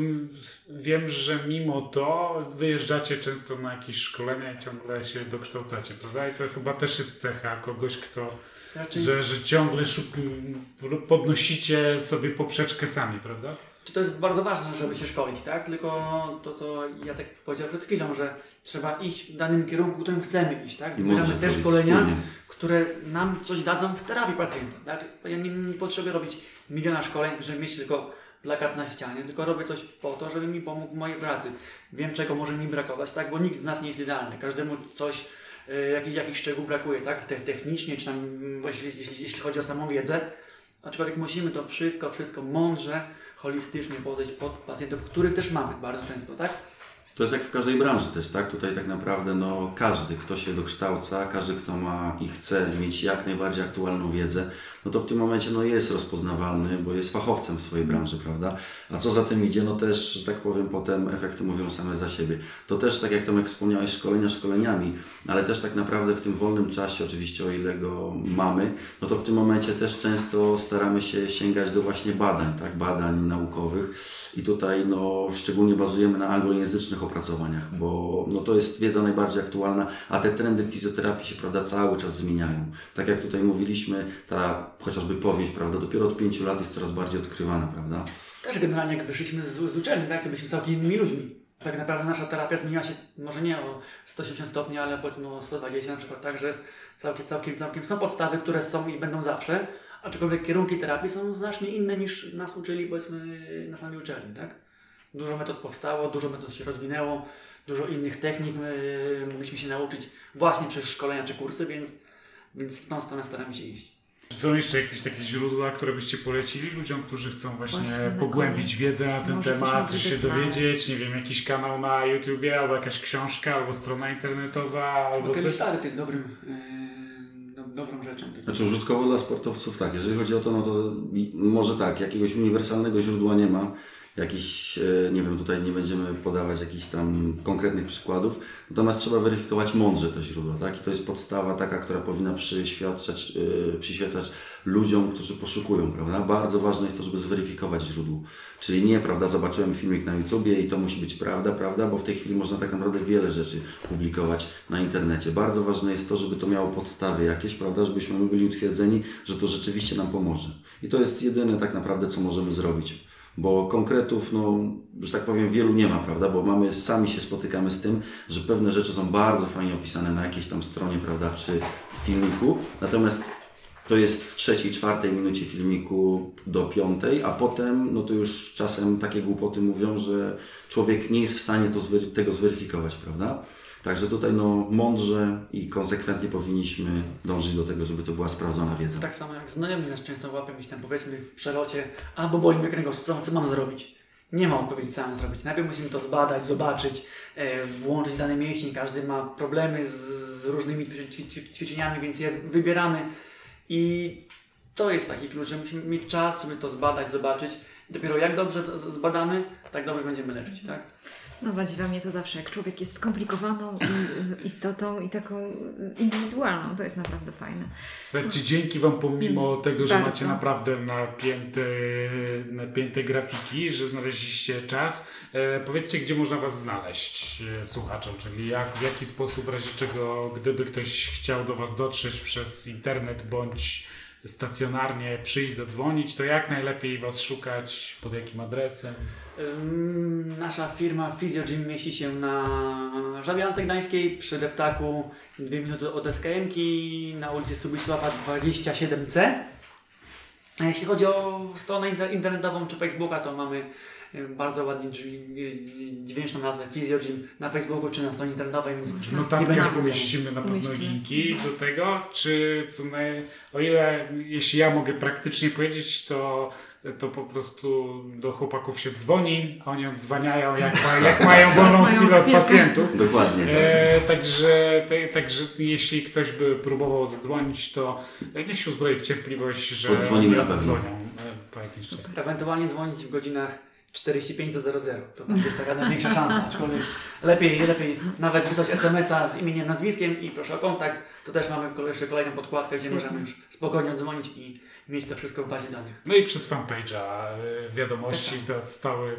Speaker 2: wiem, że mimo to wyjeżdżacie często na jakieś szkolenia i ciągle się dokształcacie, prawda? I to chyba też jest cecha kogoś, kto... Że ciągle podnosicie sobie poprzeczkę sami, prawda?
Speaker 3: To jest bardzo ważne, żeby się szkolić, tak? Tylko to, co Jacek powiedział przed chwilą, że trzeba iść w danym kierunku, w którym chcemy iść, tak? Wybieramy te szkolenia, które nam coś dadzą w terapii pacjenta, tak? Ja nie potrzebuję robić miliona szkoleń, żeby mieć tylko plakat na ścianie, tylko robię coś po to, żeby mi pomógł w mojej pracy. Wiem, czego może mi brakować, tak? Bo nikt z nas nie jest idealny. Każdemu coś, jakiś szczegół brakuje, tak? Technicznie, czy tam jeśli chodzi o samą wiedzę. Aczkolwiek musimy to wszystko mądrze, holistycznie podejść pod pacjentów, których też mamy bardzo często, tak?
Speaker 4: To jest jak w każdej branży też, tak? Tutaj tak naprawdę każdy, kto się dokształca, każdy, kto ma i chce mieć jak najbardziej aktualną wiedzę, to w tym momencie jest rozpoznawalny, bo jest fachowcem w swojej branży, prawda? A co za tym idzie, też, że tak powiem, potem efekty mówią same za siebie. To też, tak jak Tomek wspomniałeś, szkoleniami, ale też tak naprawdę w tym wolnym czasie, oczywiście o ile go mamy, to w tym momencie też często staramy się sięgać do właśnie badań, tak? Badań naukowych i tutaj szczególnie bazujemy na anglojęzycznych opracowaniach, bo to jest wiedza najbardziej aktualna, a te trendy w fizjoterapii się, prawda, cały czas zmieniają. Tak jak tutaj mówiliśmy, ta chociażby powieść, prawda, dopiero od 5 lat jest coraz bardziej odkrywana, prawda?
Speaker 3: Też generalnie jak wyszliśmy z uczelni, tak, to byliśmy całkiem innymi ludźmi. Tak naprawdę nasza terapia zmieniła się może nie o 180 stopni, ale powiedzmy o 120 na przykład, tak, że jest całkiem są podstawy, które są i będą zawsze, aczkolwiek kierunki terapii są znacznie inne niż nas uczyli, powiedzmy, na samej uczelni, tak? Dużo metod powstało, dużo metod się rozwinęło, dużo innych technik mogliśmy się nauczyć właśnie przez szkolenia czy kursy, więc w tą stronę staramy się iść.
Speaker 2: Czy są jeszcze jakieś takie źródła, które byście polecili ludziom, którzy chcą właśnie
Speaker 1: na
Speaker 2: pogłębić
Speaker 1: koniec.
Speaker 2: wiedzę na ten
Speaker 1: Może coś
Speaker 2: temat, coś
Speaker 1: mogliby
Speaker 2: się dowiedzieć,
Speaker 1: znaleźć.
Speaker 2: nie wiem, jakiś kanał na YouTubie, albo jakaś książka, albo strona internetowa, albo
Speaker 3: Bo ten
Speaker 2: coś?
Speaker 3: stary to jest dobrą rzeczą.
Speaker 4: Znaczy użytkowo dla sportowców tak, jeżeli chodzi o to, no to może tak, jakiegoś uniwersalnego źródła nie ma, jakiś, nie wiem, tutaj nie będziemy podawać jakichś tam konkretnych przykładów, natomiast trzeba weryfikować mądrze to źródło, tak? I to jest podstawa taka, która powinna przyświecać ludziom, którzy poszukują, prawda? Bardzo ważne jest to, żeby zweryfikować źródło. Czyli nie, prawda, zobaczyłem filmik na YouTubie i to musi być prawda, bo w tej chwili można tak naprawdę wiele rzeczy publikować na internecie. Bardzo ważne jest to, żeby to miało podstawy jakieś, prawda, żebyśmy byli utwierdzeni, że to rzeczywiście nam pomoże. I to jest jedyne tak naprawdę, co możemy zrobić. Bo konkretów, no, że tak powiem, wielu nie ma, prawda, bo sami się spotykamy z tym, że pewne rzeczy są bardzo fajnie opisane na jakiejś tam stronie, prawda, czy w filmiku, natomiast to jest w 3-4 minucie filmiku do 5, a potem, no to już czasem takie głupoty mówią, że człowiek nie jest w stanie tego zweryfikować, prawda? Także tutaj no mądrze i konsekwentnie powinniśmy dążyć do tego, żeby to była sprawdzona wiedza.
Speaker 3: Tak samo jak znajomi nas często łapią gdzieś tam, powiedzmy w przelocie, albo boli mnie kręgosłup, co mam zrobić? Nie ma odpowiedzi, co mam zrobić. Najpierw musimy to zbadać, zobaczyć, włączyć dane mięśnie. Każdy ma problemy z różnymi ćwiczeniami, więc je wybieramy. I to jest taki klucz, że musimy mieć czas, żeby to zbadać, zobaczyć. Dopiero jak dobrze to zbadamy, tak dobrze będziemy leczyć, tak?
Speaker 1: No zadziwia mnie to zawsze, jak człowiek jest skomplikowaną istotą i taką indywidualną. To jest naprawdę fajne.
Speaker 2: Słuchajcie, dzięki Wam pomimo tego, że
Speaker 1: Bardzo.
Speaker 2: macie naprawdę napięte grafiki, że znaleźliście czas. Powiedzcie, gdzie można Was znaleźć słuchaczom, czyli w jaki sposób, w razie czego, gdyby ktoś chciał do Was dotrzeć przez internet bądź stacjonarnie przyjść, zadzwonić, to jak najlepiej Was szukać, pod jakim adresem?
Speaker 3: Nasza firma Physiogym mieści się na Żabiance Gdańskiej przy deptaku 2 minuty od SKM-ki na ulicy Subisława 27C. A jeśli chodzi o stronę internetową czy Facebooka, to mamy bardzo ładnie dźwięczną nazwę Physiogym na Facebooku czy na stronie internetowej, więc
Speaker 2: W
Speaker 3: nie
Speaker 2: notatkach
Speaker 3: będzie problemu.
Speaker 2: umieścimy na pewno
Speaker 1: Umieścimy.
Speaker 2: linki do tego, czy o ile, jeśli ja mogę praktycznie powiedzieć, to po prostu do chłopaków się dzwoni, a oni odzwaniają jak mają wolną
Speaker 1: Mają
Speaker 2: chwilę od
Speaker 1: chwilkę.
Speaker 2: pacjentów.
Speaker 4: Dokładnie.
Speaker 2: Także jeśli ktoś by próbował zadzwonić, to niech się uzbroi w cierpliwość, że
Speaker 4: Odzwonimy
Speaker 2: nie
Speaker 4: na pewno.
Speaker 2: odzwonią po jakimś czasie.
Speaker 3: Ewentualnie dzwonić w godzinach 45 do 00. To jest taka największa szansa. Aczkolwiek lepiej nawet wysłać SMS-a z imieniem, nazwiskiem i proszę o kontakt. To też mamy jeszcze kolejną podkładkę, gdzie możemy już spokojnie odzwonić i mieć to wszystko w bazie danych.
Speaker 2: No i przez fanpage'a wiadomości
Speaker 3: Tak.
Speaker 2: to jest stały,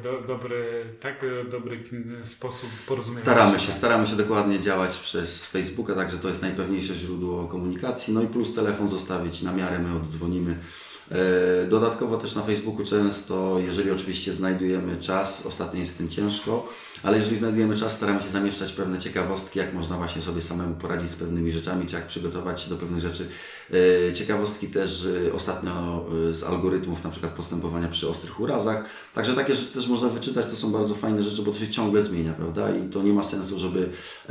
Speaker 2: dobry sposób porozumiewania
Speaker 4: Staramy się dokładnie działać przez Facebooka, także to jest najpewniejsze źródło komunikacji. No i plus telefon zostawić na miarę, my oddzwonimy. Dodatkowo też na Facebooku często, jeżeli oczywiście znajdujemy czas, ostatnio jest z tym ciężko, ale jeżeli znajdujemy czas, staramy się zamieszczać pewne ciekawostki, jak można właśnie sobie samemu poradzić z pewnymi rzeczami, czy jak przygotować się do pewnych rzeczy. Ciekawostki też ostatnio z algorytmów, na przykład postępowania przy ostrych urazach. Także takie rzeczy też można wyczytać, to są bardzo fajne rzeczy, bo to się ciągle zmienia, prawda? I to nie ma sensu, żeby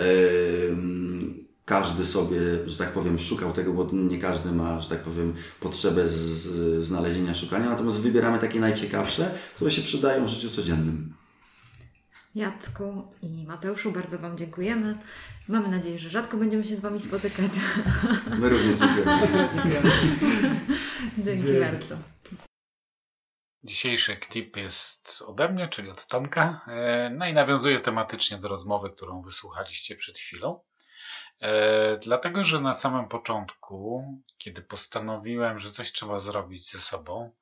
Speaker 4: każdy sobie, że tak powiem, szukał tego, bo nie każdy ma, że tak powiem, potrzebę znalezienia, szukania, natomiast wybieramy takie najciekawsze, które się przydają w życiu codziennym.
Speaker 1: Jacku i Mateuszu, bardzo Wam dziękujemy. Mamy nadzieję, że rzadko będziemy się z Wami spotykać.
Speaker 4: My również dziękujemy.
Speaker 1: Dzięki
Speaker 2: Dzięki.
Speaker 1: bardzo.
Speaker 2: Dzisiejszy klip jest ode mnie, czyli od Tomka, no i nawiązuje tematycznie do rozmowy, którą wysłuchaliście przed chwilą. Dlatego, że na samym początku, kiedy postanowiłem, że coś trzeba zrobić ze sobą,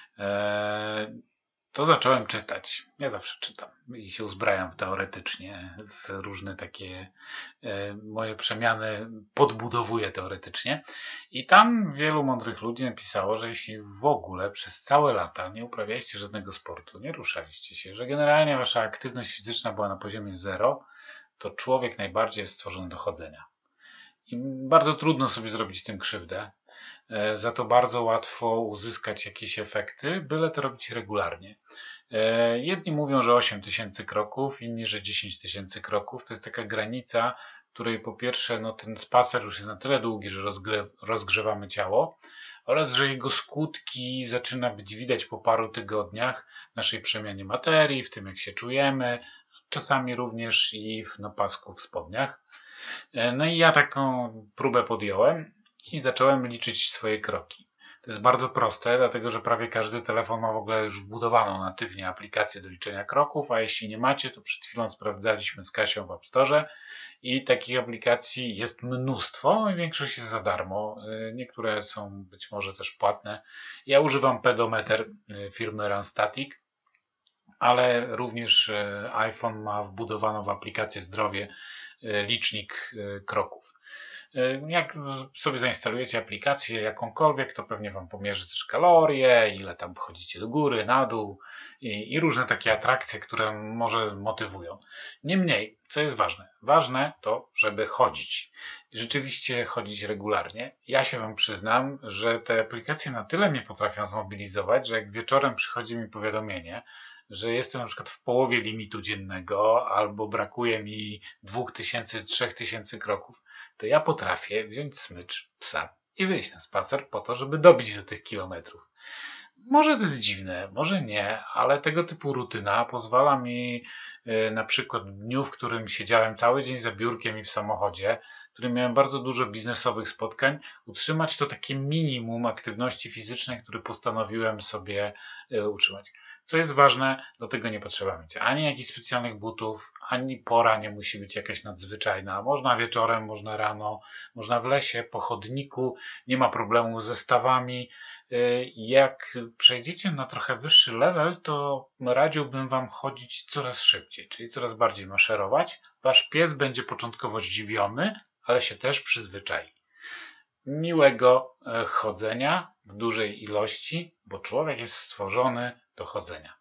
Speaker 2: to zacząłem czytać. Ja zawsze czytam i się uzbrajam teoretycznie w różne takie moje przemiany, podbudowuję teoretycznie. I tam wielu mądrych ludzi napisało, że jeśli w ogóle przez całe lata nie uprawialiście żadnego sportu, nie ruszaliście się, że generalnie wasza aktywność fizyczna była na poziomie 0, to człowiek najbardziej jest stworzony do chodzenia. I bardzo trudno sobie zrobić tym krzywdę. Za to bardzo łatwo uzyskać jakieś efekty, byle to robić regularnie. Jedni mówią, że 8000 kroków, inni, że 10 000 kroków. To jest taka granica, w której po pierwsze ten spacer już jest na tyle długi, że rozgrzewamy ciało oraz, że jego skutki zaczyna być widać po paru tygodniach w naszej przemianie materii, w tym jak się czujemy, czasami również i w napasku w spodniach. No i ja taką próbę podjąłem i zacząłem liczyć swoje kroki. To jest bardzo proste, dlatego że prawie każdy telefon ma w ogóle już wbudowaną natywnie aplikację do liczenia kroków, a jeśli nie macie, to przed chwilą sprawdzaliśmy z Kasią w App Store i takich aplikacji jest mnóstwo i większość jest za darmo. Niektóre są być może też płatne. Ja używam Pedometer firmy Runstatic, ale również iPhone ma wbudowaną w aplikację Zdrowie licznik kroków. Jak sobie zainstalujecie aplikację jakąkolwiek, to pewnie Wam pomierzy też kalorie, ile tam chodzicie do góry, na dół i różne takie atrakcje, które może motywują. Niemniej, co jest ważne? Ważne to, żeby chodzić. Rzeczywiście chodzić regularnie. Ja się Wam przyznam, że te aplikacje na tyle mnie potrafią zmobilizować, że jak wieczorem przychodzi mi powiadomienie, że jestem na przykład w połowie limitu dziennego albo brakuje mi 2000, 3000 kroków, to ja potrafię wziąć smycz, psa i wyjść na spacer po to, żeby dobić do tych kilometrów. Może to jest dziwne, może nie, ale tego typu rutyna pozwala mi na przykład w dniu, w którym siedziałem cały dzień za biurkiem i w samochodzie, w którym miałem bardzo dużo biznesowych spotkań, utrzymać to takie minimum aktywności fizycznej, które postanowiłem sobie utrzymać. Co jest ważne, do tego nie potrzeba mieć ani jakichś specjalnych butów, ani pora nie musi być jakaś nadzwyczajna. Można wieczorem, można rano, można w lesie, po chodniku, nie ma problemu ze stawami. Jak przejdziecie na trochę wyższy level, to radziłbym Wam chodzić coraz szybciej, czyli coraz bardziej maszerować. Wasz pies będzie początkowo zdziwiony, ale się też przyzwyczai. Miłego chodzenia w dużej ilości, bo człowiek jest stworzony do chodzenia.